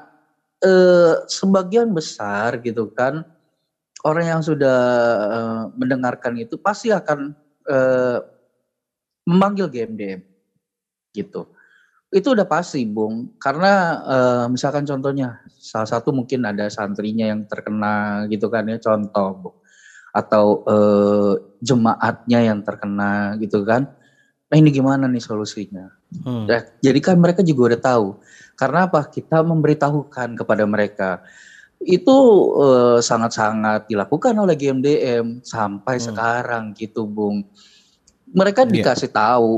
uh, sebagian besar gitu kan orang yang sudah uh, mendengarkan itu pasti akan uh, memanggil G M D M. Gitu. Itu udah pasti Bung, karena e, misalkan contohnya salah satu mungkin ada santrinya yang terkena gitu kan ya, contoh Bung, atau e, jemaatnya yang terkena gitu kan. Nah ini gimana nih solusinya? Hmm. Nah, jadi kan mereka juga udah tahu. Karena apa? Kita memberitahukan kepada mereka. Itu e, sangat-sangat dilakukan oleh G M D M sampai hmm. sekarang gitu Bung. Mereka dikasih yeah. tahu,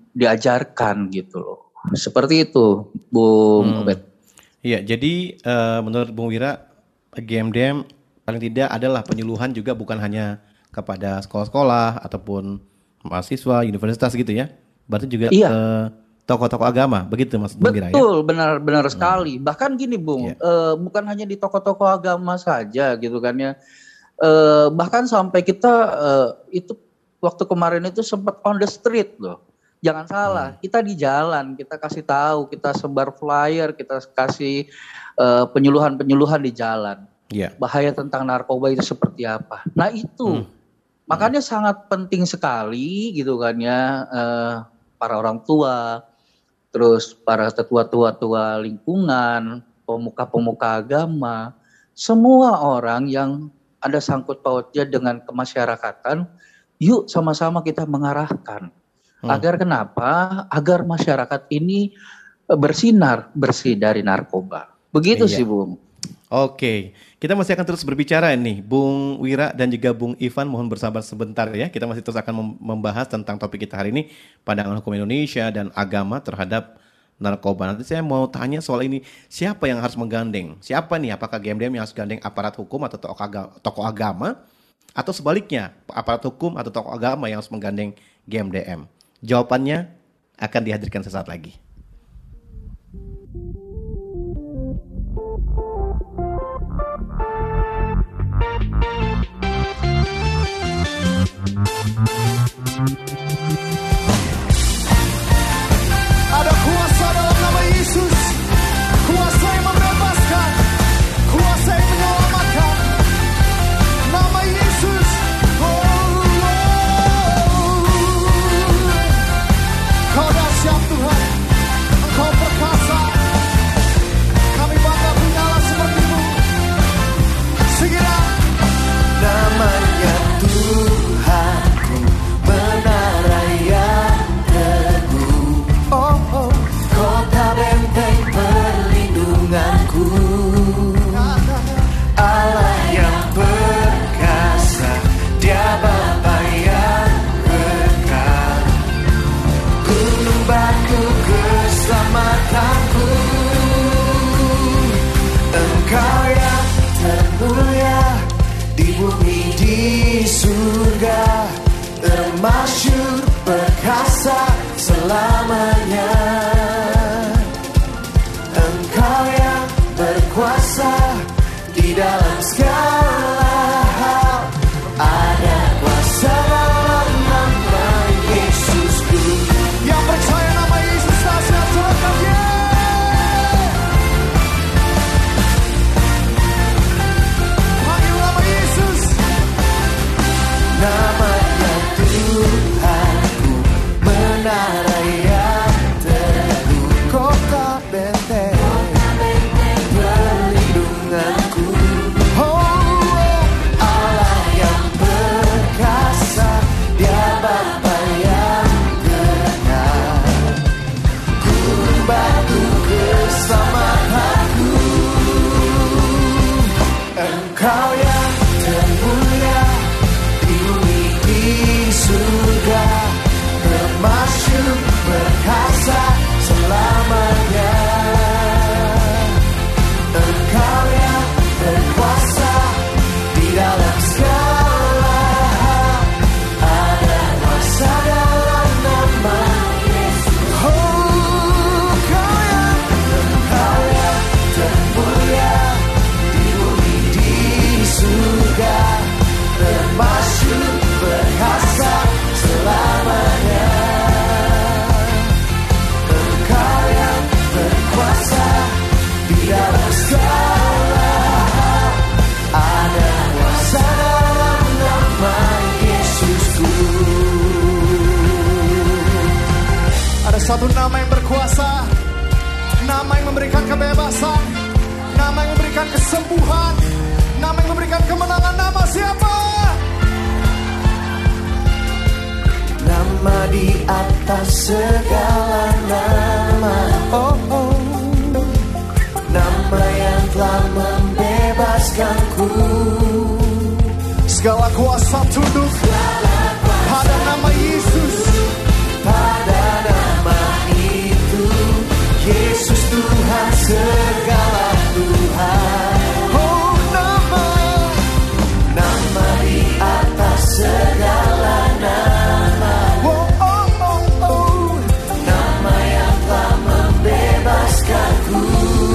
diajarkan gitu loh. Seperti itu, Bung Obed. Hmm. Iya, jadi uh, menurut Bung Wira, G M D M paling tidak adalah penyuluhan juga bukan hanya kepada sekolah-sekolah ataupun mahasiswa, universitas gitu ya. Berarti juga iya. ke tokoh-tokoh agama, begitu Mas Bung Wira ya? Betul, benar-benar hmm. sekali. Bahkan gini Bung, yeah. uh, bukan hanya di tokoh-tokoh agama saja gitu kan ya. Uh, bahkan sampai kita uh, itu waktu kemarin itu sempat on the street loh. Jangan salah, hmm. kita di jalan, kita kasih tahu, kita sebar flyer, kita kasih uh, penyuluhan-penyuluhan di jalan. Yeah. Bahaya tentang narkoba itu seperti apa. Nah itu, hmm. makanya hmm. sangat penting sekali gitu kan ya, uh, para orang tua, terus para tetua-tua-tua lingkungan, pemuka-pemuka agama, semua orang yang ada sangkut pautnya dengan kemasyarakatan, yuk sama-sama kita mengarahkan. Hmm. Agar kenapa? Agar masyarakat ini bersinar, bersih dari narkoba. Begitu iya. sih, Bung. Oke, kita masih akan terus berbicara nih, Bung Wira dan juga Bung Ivan. Mohon bersabar sebentar ya. Kita masih terus akan membahas tentang topik kita hari ini, pandangan hukum Indonesia dan agama terhadap narkoba. Nanti saya mau tanya soal ini, siapa yang harus menggandeng? Siapa nih? Apakah G M D M yang harus gandeng aparat hukum atau tokoh agama? Atau sebaliknya, aparat hukum atau tokoh agama yang harus menggandeng G M D M? Jawabannya akan dihadirkan sesaat lagi. Ada kuasa dalam nama Yesus, kuasa yang membebaskan, kuasa yang menyelamatkan. Nama Yesus. Oh, oh. Kau dahsyat Tuhan, Engkau perkasa. Kami bangga punya Allah seperti-Mu. Sing it out. Namanya Tuhanku, menara yang teguh. Oh, oh. Kota benteng perlindunganku. Allah yang perkasa, Dia Bapa yang kekal. Gunung batu keselamatanku. Engkau yang termulia di bumi, di surga, termasyur, perkasa selamanya. Engkau yang berkuasa di dalam segala hal. Ada kuasa dalam nama Yesusku. Yang percaya nama Yesus dahsyat Tuhan, yeah. Panggil nama Yesus. Namanya Tuhanku, menara yang teguh. Kota benteng perlindunganku. Oh, Allah yang perkasa, Dia Bapa yang kekal. Gunung batu keselamatanku. Engkau yang termulia di bumi, di surga, termasyur, perkasa selamanya. Engkau yang berkuasa di dalam segala hal. Ada kuasa dalam nama Yesus. Oh, Engkau yang, Engkau yang termulia di bumi, di surga, termasyur, perkasa selamanya. Engkau yang berkuasa di dalam segala hal. Ada kuasa dalam nama Yesusku. Ada satu nama yang berkuasa, nama yang memberikan kebebasan, nama yang memberikan kesembuhan, nama yang memberikan kemenangan. Nama siapa? Nama di atas segala nama. Oh, oh. Nama yang telah membebaskanku. Segala kuasa tunduk pada nama Yesus. Pada nama itu, Yesus Tuhan, segala Tuhan. Oh, nama, nama di atas segala nama. Oh, oh, oh, oh. Nama yang telah membebaskanku.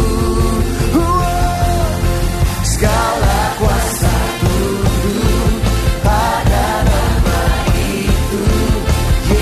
Oh, segala kuasa tunduk pada nama itu,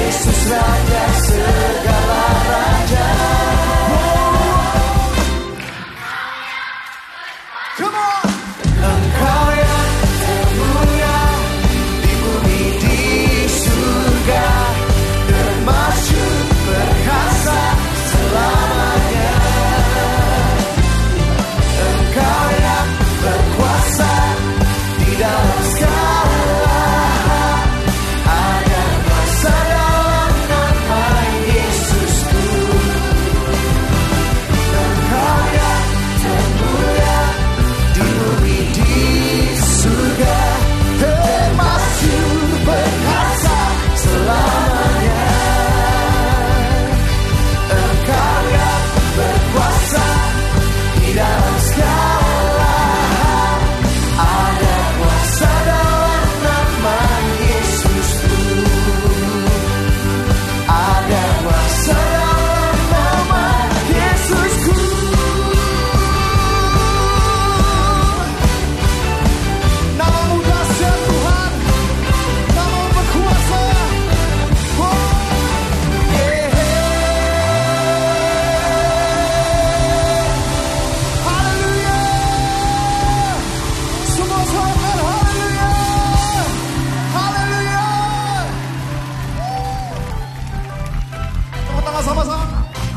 sama-sama.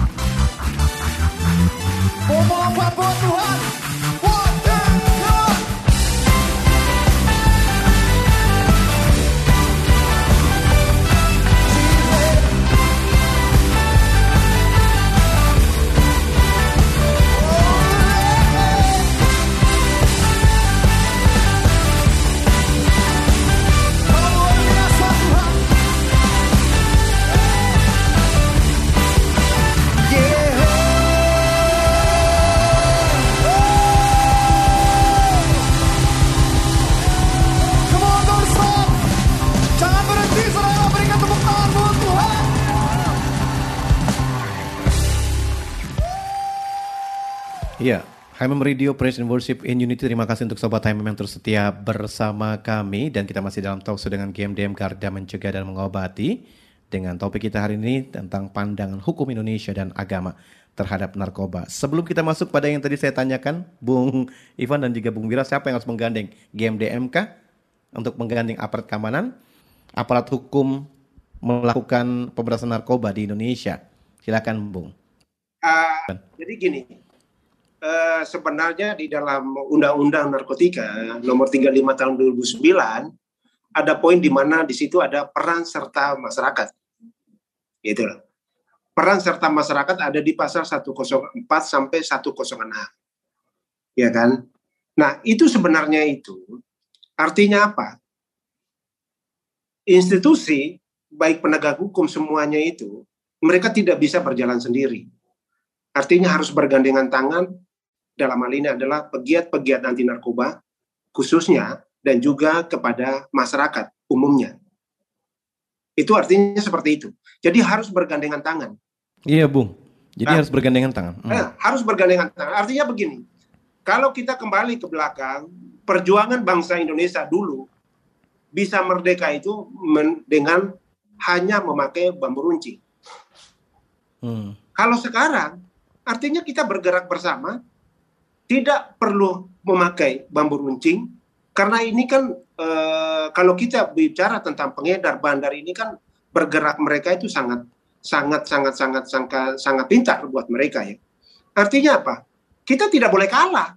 Mau melompat buat Tuhan. One, two, go. Iya, H M M Radio Praise and Worship in Unity. Terima kasih untuk Sobat H M M yang terus setia bersama kami. Dan kita masih dalam talkshow dengan G M D M Garda Mencegah dan Mengobati. Dengan topik kita hari ini tentang pandangan hukum Indonesia dan agama terhadap narkoba. Sebelum kita masuk pada yang tadi saya tanyakan, Bung Ivan dan juga Bung Wira, siapa yang harus menggandeng? G M D M kah untuk menggandeng aparat keamanan? Aparat hukum melakukan pemberantasan narkoba di Indonesia? Silakan, Bung. Uh, jadi gini. Uh, sebenarnya di dalam Undang-Undang Narkotika nomor tiga puluh lima tahun dua ribu sembilan ada poin di mana di situ ada peran serta masyarakat. Gitu loh. Peran serta masyarakat ada di pasal seratus empat sampai seratus enam. Ya kan? Nah, itu sebenarnya itu artinya apa? Institusi baik penegak hukum semuanya itu mereka tidak bisa berjalan sendiri. Artinya harus bergandengan tangan. Dalam hal ini adalah pegiat-pegiat anti narkoba khususnya dan juga kepada masyarakat umumnya. Itu artinya seperti itu. Jadi harus bergandengan tangan. Iya, Bung. Jadi nah, harus bergandengan tangan. Hmm. Nah, harus bergandengan tangan. Artinya begini. Kalau kita kembali ke belakang, perjuangan bangsa Indonesia dulu bisa merdeka itu men- dengan hanya memakai bambu runcing. Hmm. Kalau sekarang, artinya kita bergerak bersama, tidak perlu memakai bambu runcing, karena ini kan e, kalau kita bicara tentang pengedar bandar ini kan bergerak mereka itu sangat sangat sangat sangat sangat sangat pintar buat mereka ya. Artinya apa? Kita tidak boleh kalah.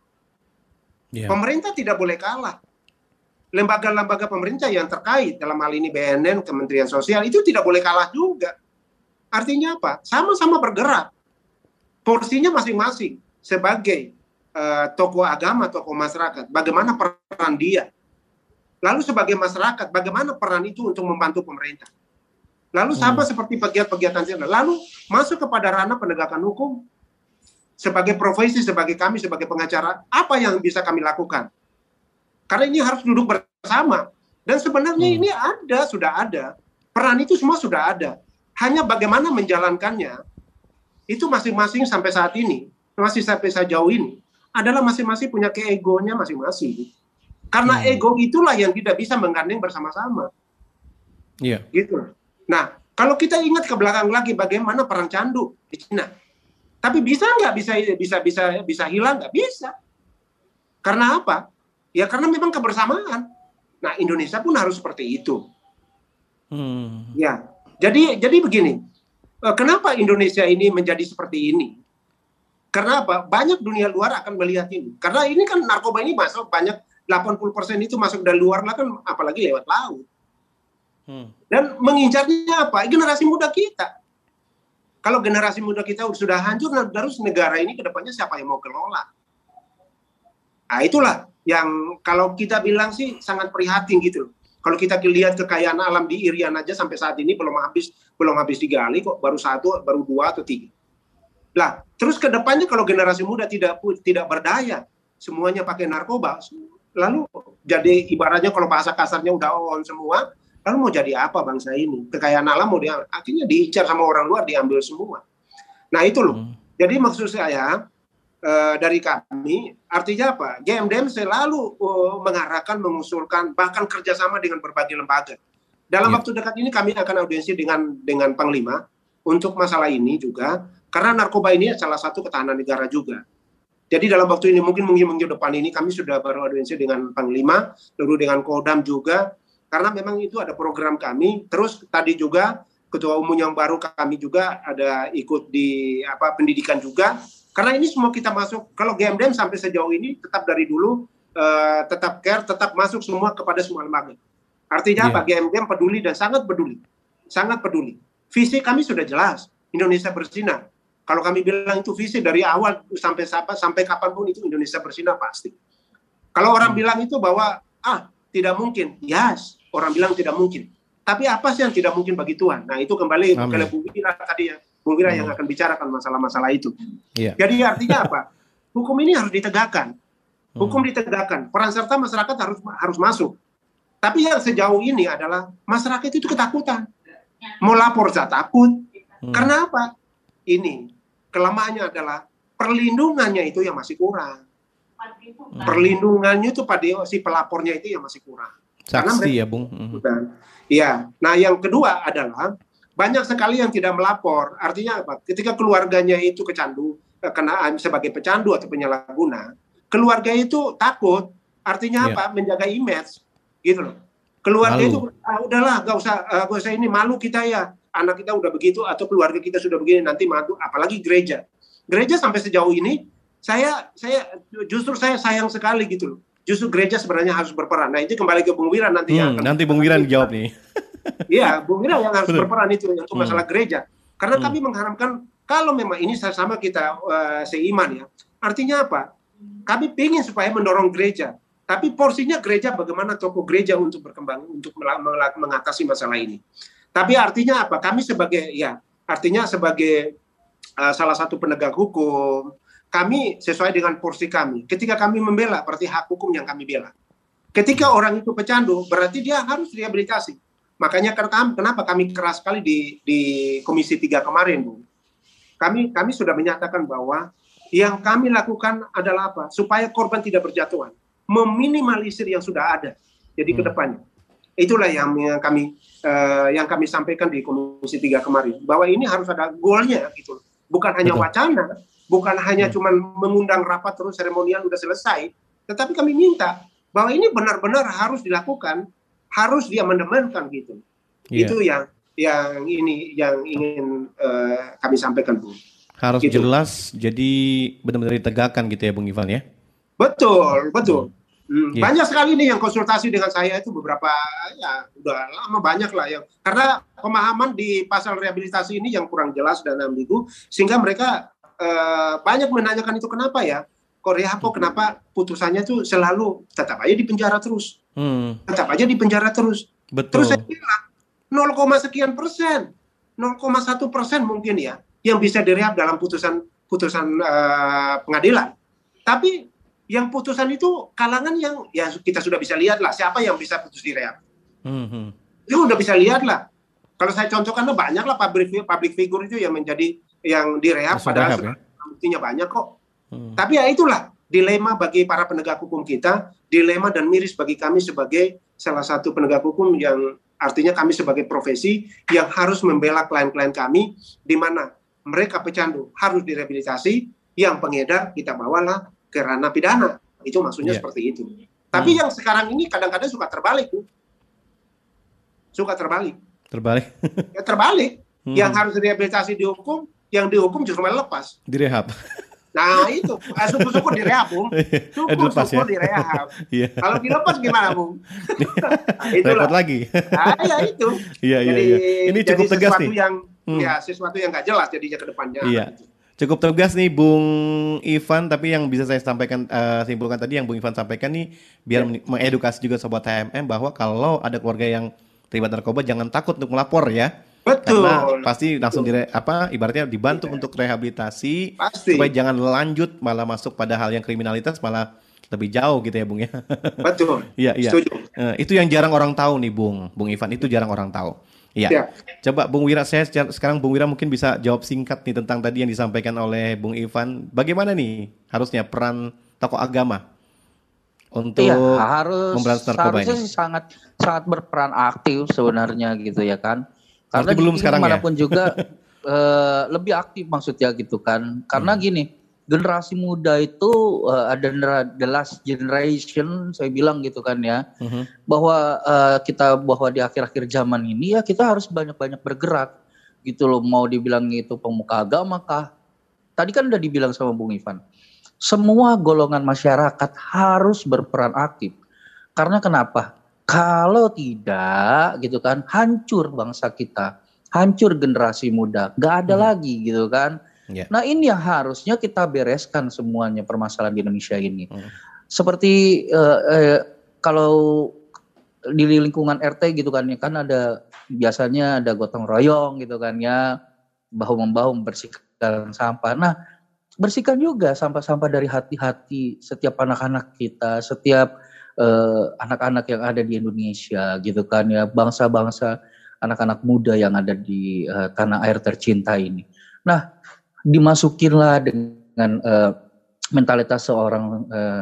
Yeah. Pemerintah tidak boleh kalah. Lembaga-lembaga pemerintah yang terkait dalam hal ini B N N, Kementerian Sosial itu tidak boleh kalah juga. Artinya apa? Sama-sama bergerak. Porsinya masing-masing sebagai Uh, tokoh agama, tokoh masyarakat, bagaimana peran dia. Lalu sebagai masyarakat, bagaimana peran itu untuk membantu pemerintah. Lalu sama hmm. seperti pegiat-pegiat anti narkoba. Lalu masuk kepada ranah penegakan hukum. Sebagai profesi, sebagai kami, sebagai pengacara, apa yang bisa kami lakukan? Karena ini harus duduk bersama. Dan sebenarnya hmm. ini ada, sudah ada. Peran itu semua sudah ada. Hanya bagaimana menjalankannya, itu masing-masing sampai saat ini, masih sampai sejauh ini, adalah masing-masing punya keegonya masing-masing. Karena hmm. ego itulah yang tidak bisa menggandeng bersama-sama. Iya. Yeah. Gitu. Nah, kalau kita ingat ke belakang lagi bagaimana perang candu di Cina. Tapi bisa nggak bisa bisa bisa bisa hilang? Nggak bisa. Karena apa? Ya karena memang kebersamaan. Nah, Indonesia pun harus seperti itu. Hmm. Ya. Jadi jadi begini. Kenapa Indonesia ini menjadi seperti ini? Karena apa? Banyak dunia luar akan melihat ini. Karena ini kan narkoba ini masuk banyak, delapan puluh persen itu masuk dari luar lah kan, apalagi lewat laut. Hmm. Dan mengincarnya apa? Generasi muda kita. Kalau generasi muda kita sudah hancur, terus negara ini kedepannya siapa yang mau kelola? Nah itulah yang kalau kita bilang sih sangat prihatin gitu. Kalau kita lihat kekayaan alam di Irian aja sampai saat ini belum habis belum habis digali kok, baru satu, baru dua atau tiga. Lah, terus ke depannya kalau generasi muda tidak tidak berdaya, semuanya pakai narkoba, lalu jadi ibaratnya kalau bahasa kasarnya udah on semua, lalu mau jadi apa bangsa ini? Kekayaan alam mau dia akhirnya diincar sama orang luar, diambil semua. Nah, itu loh. Hmm. Jadi maksud saya uh, dari kami, artinya apa? G M D M selalu uh, mengarahkan, mengusulkan, bahkan kerjasama dengan berbagai lembaga. Dalam ya. waktu dekat ini kami akan audiensi dengan dengan Panglima untuk masalah ini juga. Karena narkoba ini salah satu ketahanan negara juga. Jadi dalam waktu ini mungkin minggu-minggu depan ini kami sudah baru audiensi dengan Panglima, lalu dengan Kodam juga. Karena memang itu ada program kami. Terus tadi juga ketua umum yang baru kami juga ada ikut di apa pendidikan juga. Karena ini semua kita masuk, kalau G M D M sampai sejauh ini tetap dari dulu uh, tetap care, tetap masuk semua kepada semua lembaga. Artinya yeah. apa? G M D M peduli dan sangat peduli, sangat peduli. Visi kami sudah jelas, Indonesia bersinar. Kalau kami bilang itu visi dari awal sampai sampai kapanpun itu Indonesia bersinar pasti. Kalau orang hmm. bilang itu bahwa ah tidak mungkin, yes, orang bilang tidak mungkin. Tapi apa sih yang tidak mungkin bagi Tuhan? Nah itu kembali ke Bung Wira tadi ya, Bung Wira hmm. yang akan bicarakan masalah-masalah itu. Yeah. Jadi artinya apa? Hukum ini harus ditegakkan, hukum hmm. ditegakkan. Peran serta masyarakat harus harus masuk. Tapi yang sejauh ini adalah masyarakat itu ketakutan, mau lapor saya takut. Hmm. Karena apa? Ini kelemahannya adalah perlindungannya itu yang masih kurang. Hmm. Perlindungannya itu pada si pelapornya itu yang masih kurang. Saksi ya, Bung. Iya. Nah, yang kedua adalah banyak sekali yang tidak melapor. Artinya apa? Ketika keluarganya itu kecandu, kena sebagai pecandu atau penyalahguna, keluarga itu takut. Artinya yeah. apa? Menjaga image, gitu loh. Keluarga malu. Itu ah, udahlah, gak usah, uh, gak usah ini malu kita ya. Anak kita udah begitu atau keluarga kita sudah begini, nanti malu. Apalagi gereja. Gereja sampai sejauh ini, saya, saya justru saya sayang sekali gitu loh. Justru gereja sebenarnya harus berperan. Nah itu kembali ke Bung Wira nanti. Hmm, yang nanti Bung Wira dijawab nih. Iya, Bung Wira yang harus Betul. berperan itu untuk masalah hmm. gereja. Karena hmm. kami mengharapkan kalau memang ini sama kita uh, seiman ya. Artinya apa? Kami ingin supaya mendorong gereja. Tapi porsinya gereja bagaimana tokoh gereja untuk berkembang, untuk mengatasi masalah ini. Tapi artinya apa? Kami sebagai, ya artinya sebagai uh, salah satu penegak hukum, kami sesuai dengan porsi kami. Ketika kami membela, berarti hak hukum yang kami bela. Ketika orang itu pecandu, berarti dia harus rehabilitasi. Makanya kenapa kami keras sekali di, di Komisi tiga kemarin, Bu. Kami kami sudah menyatakan bahwa yang kami lakukan adalah apa? Supaya korban tidak berjatuhan. Meminimalisir yang sudah ada. Jadi hmm. ke depannya. Itulah yang, yang kami uh, yang kami sampaikan di Komisi tiga kemarin. Bahwa ini harus ada goalnya gitu. Bukan hanya Betul. wacana, bukan hanya hmm. cuma mengundang rapat terus seremonial udah selesai, tetapi kami minta bahwa ini benar-benar harus dilakukan, harus diamandemenkan gitu. Yeah. Itu yang yang ini yang ingin uh, kami sampaikan, Bu. Harus gitu. Jelas, jadi benar-benar ditegakkan gitu ya, Bung Ivan ya. Betul, betul. Hmm. Yeah. Banyak sekali nih yang konsultasi dengan saya itu beberapa ya udah lama banyak lah yang karena pemahaman di pasal rehabilitasi ini yang kurang jelas dan ambigu sehingga mereka uh, banyak menanyakan itu kenapa ya kok rehab kok kenapa putusannya tuh selalu tetap aja di penjara terus hmm. tetap aja di penjara terus. Betul. Terus saya bilang nol, sekian persen nol koma satu persen mungkin ya yang bisa direhab dalam putusan putusan uh, pengadilan, tapi yang putusan itu kalangan yang ya kita sudah bisa lihat lah siapa yang bisa putus direhab. Mm-hmm. Itu udah bisa lihat lah. Kalau saya contohkan banyak lah public public figure itu yang menjadi yang direhab padahal ya? Buktinya banyak kok. Hmm. Tapi ya itulah dilema bagi para penegak hukum kita, dilema dan miris bagi kami sebagai salah satu penegak hukum yang artinya kami sebagai profesi yang harus membela klien-klien kami di mana mereka pecandu harus direhabilitasi, yang pengedar kita bawalah ke ranah pidana. Itu maksudnya yeah. seperti itu. Tapi hmm. yang sekarang ini kadang-kadang suka terbalik, Bu. Suka terbalik. Terbalik. Ya terbalik. Hmm. Yang harus rehabilitasi dihukum, yang dihukum justru malah lepas. Direhab. Nah itu, syukur-syukur direhab, Bung. Syukur-syukur ya? direhab. Yeah. Kalau dilepas gimana, Bung? Nah, repot lagi. Nah, ya itu. Iya, iya, iya. Ini cukup jadi tegas sesuatu nih. Yang, hmm. ya, sesuatu yang nggak jelas jadinya ke depannya. Iya. Cukup tegas nih Bung Ivan, tapi yang bisa saya sampaikan uh, simpulkan tadi yang Bung Ivan sampaikan nih biar yeah. mengedukasi juga sobat H M M bahwa kalau ada keluarga yang terlibat narkoba jangan takut untuk melapor ya. Betul. Karena pasti langsung dire, apa ibaratnya dibantu yeah. untuk rehabilitasi pasti. Supaya jangan lanjut malah masuk pada hal yang kriminalitas malah lebih jauh gitu ya Bung ya. Betul. Iya iya. Setuju. Uh, itu yang jarang orang tahu nih Bung, Bung Ivan itu jarang orang tahu. Iya. Ya. Coba Bung Wira, saya sekarang Bung Wira mungkin bisa jawab singkat nih tentang tadi yang disampaikan oleh Bung Ivan. Bagaimana nih harusnya peran tokoh agama untuk iya, harus, memberantas narkoba ini? sangat sangat berperan aktif sebenarnya gitu ya kan. Karena Berarti belum sekarang manapun ya? juga uh, lebih aktif maksudnya gitu kan. Karena hmm. gini, generasi muda itu uh, ada the last generation, saya bilang gitu kan ya, uh-huh. bahwa uh, kita bahwa di akhir-akhir zaman ini ya kita harus banyak-banyak bergerak gitu loh. Mau dibilang itu pemuka agama kah? Tadi kan udah dibilang sama Bung Ivan, semua golongan masyarakat harus berperan aktif. Karena kenapa? Kalau tidak gitu kan, hancur bangsa kita, hancur generasi muda, gak ada hmm. lagi gitu kan. Yeah. Nah ini yang harusnya kita bereskan semuanya permasalahan di Indonesia ini. Hmm. Seperti eh, eh, kalau di lingkungan R T gitu kan ya, kan ada biasanya ada gotong royong gitu kan ya, bahu-membahu membersihkan sampah. Nah bersihkan juga sampah-sampah dari hati-hati setiap anak-anak kita, setiap eh, anak-anak yang ada di Indonesia gitu kan ya, bangsa-bangsa anak-anak muda yang ada di eh, tanah air tercinta ini. Nah dimasukinlah dengan uh, mentalitas seorang uh,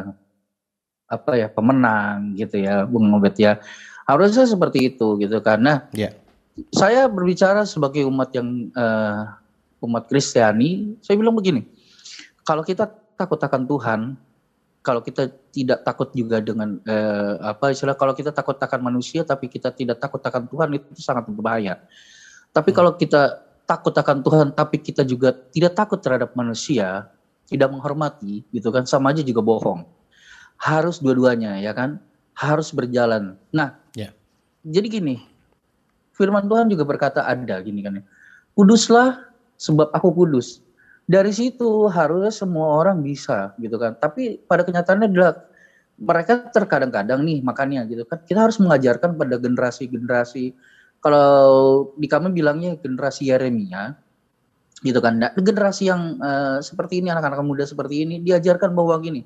apa ya pemenang gitu ya Bung Obed ya, harusnya seperti itu gitu. Karena yeah. saya berbicara sebagai umat yang uh, umat Kristiani, saya bilang begini, kalau kita takut akan Tuhan, kalau kita tidak takut juga dengan uh, apa istilah, kalau kita takut akan manusia tapi kita tidak takut akan Tuhan, itu sangat berbahaya. Tapi hmm. kalau kita takut akan Tuhan tapi kita juga tidak takut terhadap manusia, tidak menghormati gitu kan, sama aja juga bohong. Harus dua-duanya ya kan, harus berjalan. Nah yeah. jadi gini, firman Tuhan juga berkata ada gini kan ya, kuduslah sebab aku kudus. Dari situ harusnya semua orang bisa gitu kan, tapi pada kenyataannya adalah mereka terkadang-kadang nih, makanya gitu kan kita harus mengajarkan pada generasi-generasi. Kalau di kami bilangnya generasi Yeremia, gitu kan. Nah, generasi yang uh, seperti ini, anak-anak muda seperti ini, diajarkan bahwa gini,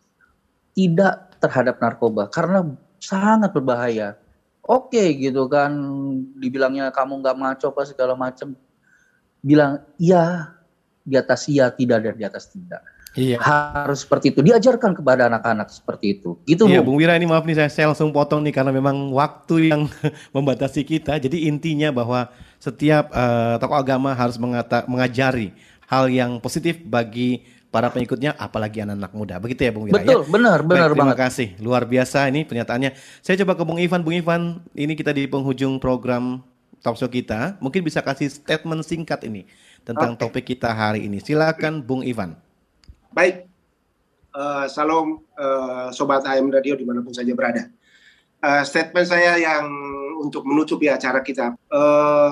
tidak terhadap narkoba, karena sangat berbahaya. Oke, gitu kan, dibilangnya kamu nggak ngaco apa segala macam, bilang iya di atas iya, tidak dan di atas tidak. Iya. Harus seperti itu, diajarkan kepada anak-anak seperti itu. Gitu, iya, Bung Wira, ini maaf nih saya, saya langsung potong nih karena memang waktu yang membatasi kita. Jadi intinya bahwa setiap uh, tokoh agama harus mengata, mengajari hal yang positif bagi para pengikutnya, apalagi anak-anak muda. Begitu ya, Bung Wira? Betul, ya? benar, benar Baik, terima banget. Terima kasih, luar biasa ini pernyataannya. Saya coba ke Bung Ivan. Bung Ivan, ini kita di penghujung program talkshow kita. Mungkin bisa kasih statement singkat ini tentang okay. topik kita hari ini. Silakan, Bung Ivan. Baik, uh, salam uh, Sobat A M Radio dimanapun saja berada. Uh, statement saya yang untuk menutupi acara kita, uh,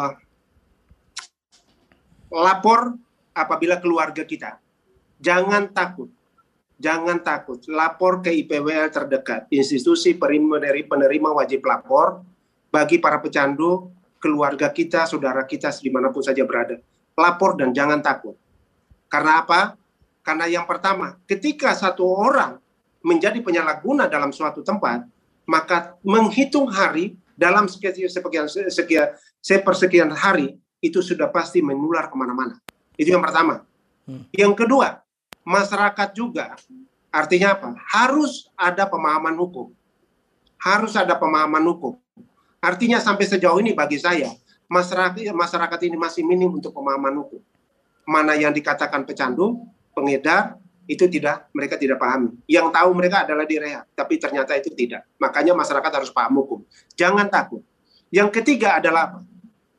lapor apabila keluarga kita, jangan takut, jangan takut, lapor ke I P W L terdekat, institusi penerima, penerima wajib lapor bagi para pecandu, keluarga kita, saudara kita dimanapun saja berada. Lapor dan jangan takut. Karena apa? Karena yang pertama, ketika satu orang menjadi penyalahguna dalam suatu tempat, maka menghitung hari dalam sekian, sekian, sekian, sepersekian hari, itu sudah pasti menular kemana-mana. Itu yang pertama. Hmm. Yang kedua, masyarakat juga, artinya apa? Harus ada pemahaman hukum. Harus ada pemahaman hukum. Artinya sampai sejauh ini bagi saya, masyarakat, masyarakat ini masih minim untuk pemahaman hukum. Mana yang dikatakan pecandu, pengedar, itu tidak, mereka tidak pahami. Yang tahu mereka adalah direhab, tapi ternyata itu tidak. Makanya masyarakat harus paham hukum. Jangan takut. Yang ketiga adalah apa?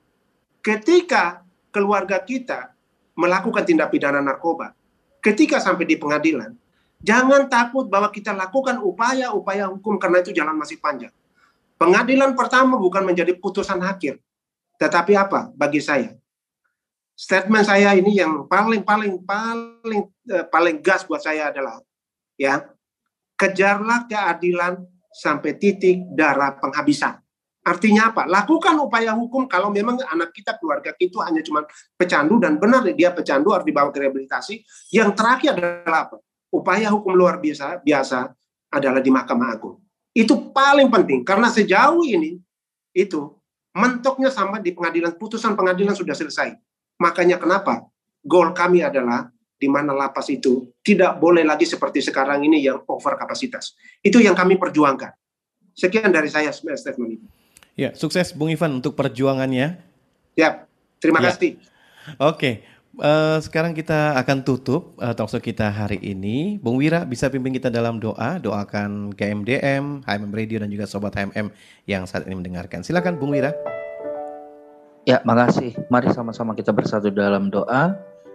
Ketika keluarga kita melakukan tindak pidana narkoba, ketika sampai di pengadilan, jangan takut bahwa kita lakukan upaya-upaya hukum karena itu jalan masih panjang. Pengadilan pertama bukan menjadi putusan akhir, tetapi apa? Bagi saya, statement saya ini yang paling paling paling eh, paling gas buat saya adalah ya, kejarlah keadilan sampai titik darah penghabisan. Artinya apa? Lakukan upaya hukum kalau memang anak kita, keluarga kita hanya cuma pecandu dan benar dia pecandu harus dibawa ke rehabilitasi. Yang terakhir adalah apa? Upaya hukum luar biasa biasa adalah di Mahkamah Agung. Itu paling penting karena sejauh ini itu mentoknya sampai di pengadilan, putusan pengadilan sudah selesai. Makanya kenapa goal kami adalah di mana lapas itu tidak boleh lagi seperti sekarang ini yang over kapasitas. Itu yang kami perjuangkan. Sekian dari saya statement itu. Ya, sukses Bung Ivan untuk perjuangannya. Siap, terima ya. kasih. Oke, Uh, sekarang kita akan tutup uh, talkshow kita hari ini. Bung Wira bisa pimpin kita dalam doa, doakan G M D M, H M M Radio dan juga Sobat H M M yang saat ini mendengarkan. Silakan Bung Wira. Ya, makasih. Mari sama-sama kita bersatu dalam doa.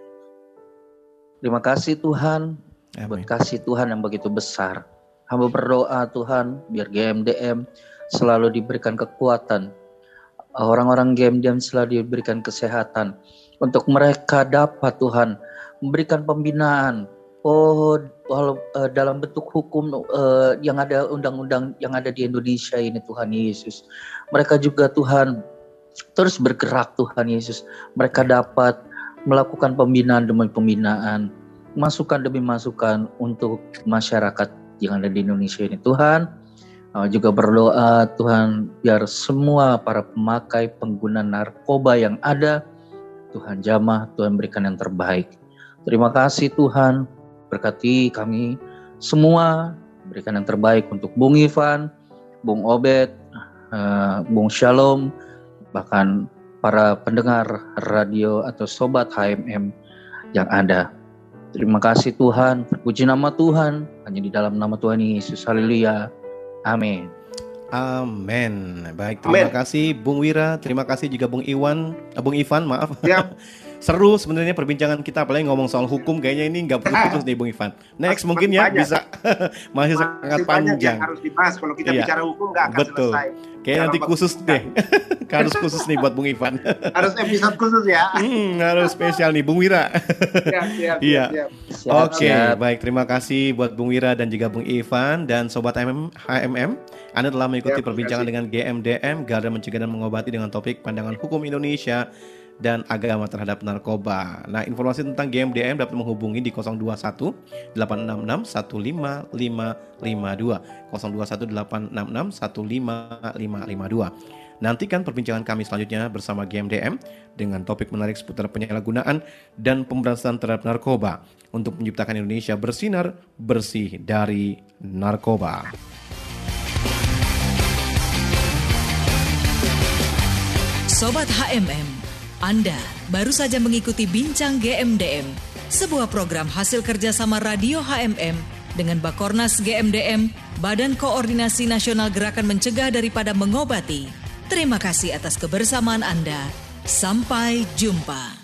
Terima kasih Tuhan, Amin. Buat kasih Tuhan yang begitu besar. Hamba berdoa Tuhan, biar G M D M selalu diberikan kekuatan. Orang-orang G M D M selalu diberikan kesehatan. Untuk mereka dapat Tuhan memberikan pembinaan. Oh, walau, uh, dalam bentuk hukum uh, yang ada undang-undang yang ada di Indonesia ini Tuhan Yesus. Mereka juga Tuhan terus bergerak Tuhan Yesus. Mereka dapat melakukan pembinaan demi pembinaan, masukan demi masukan untuk masyarakat yang ada di Indonesia ini Tuhan. Uh, juga berdoa Tuhan biar semua para pemakai pengguna narkoba yang ada Tuhan jamah, Tuhan berikan yang terbaik. Terima kasih Tuhan, berkati kami semua, berikan yang terbaik untuk Bung Ivan, Bung Obed, uh, Bung Shalom, bahkan para pendengar radio atau Sobat H M M yang ada. Terima kasih Tuhan, puji nama Tuhan, hanya di dalam nama Tuhan Yesus. Haleluya. Amin. Amin. Baik, terima Amen. kasih Bung Wira, terima kasih juga Bung Iwan, uh, Bung Ivan, maaf. Yep. Seru sebenarnya perbincangan kita, apalagi ngomong soal hukum, kayaknya ini nggak putus-putus nih Bung Ivan. Next masih mungkin ya banyak. Bisa masih, masih sangat panjang. Yang harus dibahas kalau kita iya. bicara hukum nggak akan Betul. selesai. Kayaknya nanti khusus deh, harus khusus nih buat Bung Ivan. Harus episode khusus ya. Hmm, harus spesial nih Bung Wira. Siap, siap, iya. siap, siap. Oke, okay, baik, terima kasih buat Bung Wira dan juga Bung Ivan dan Sobat H M M. Anda telah mengikuti ya, perbincangan dengan G M D M, Garda Mencegah dan Mengobati dengan topik pandangan hukum Indonesia dan agama terhadap narkoba. Nah, informasi tentang G M D M dapat menghubungi di nol dua satu delapan enam enam satu lima lima lima dua nol dua satu delapan enam enam satu lima lima lima dua. Nantikan perbincangan kami selanjutnya bersama G M D M dengan topik menarik seputar penyalahgunaan dan pemberantasan terhadap narkoba untuk menciptakan Indonesia bersinar bersih dari narkoba. Sobat H M M, Anda baru saja mengikuti Bincang G M D M, sebuah program hasil kerjasama Radio H M M dengan Bakornas G M D M, Badan Koordinasi Nasional Gerakan Mencegah Daripada Mengobati. Terima kasih atas kebersamaan Anda. Sampai jumpa.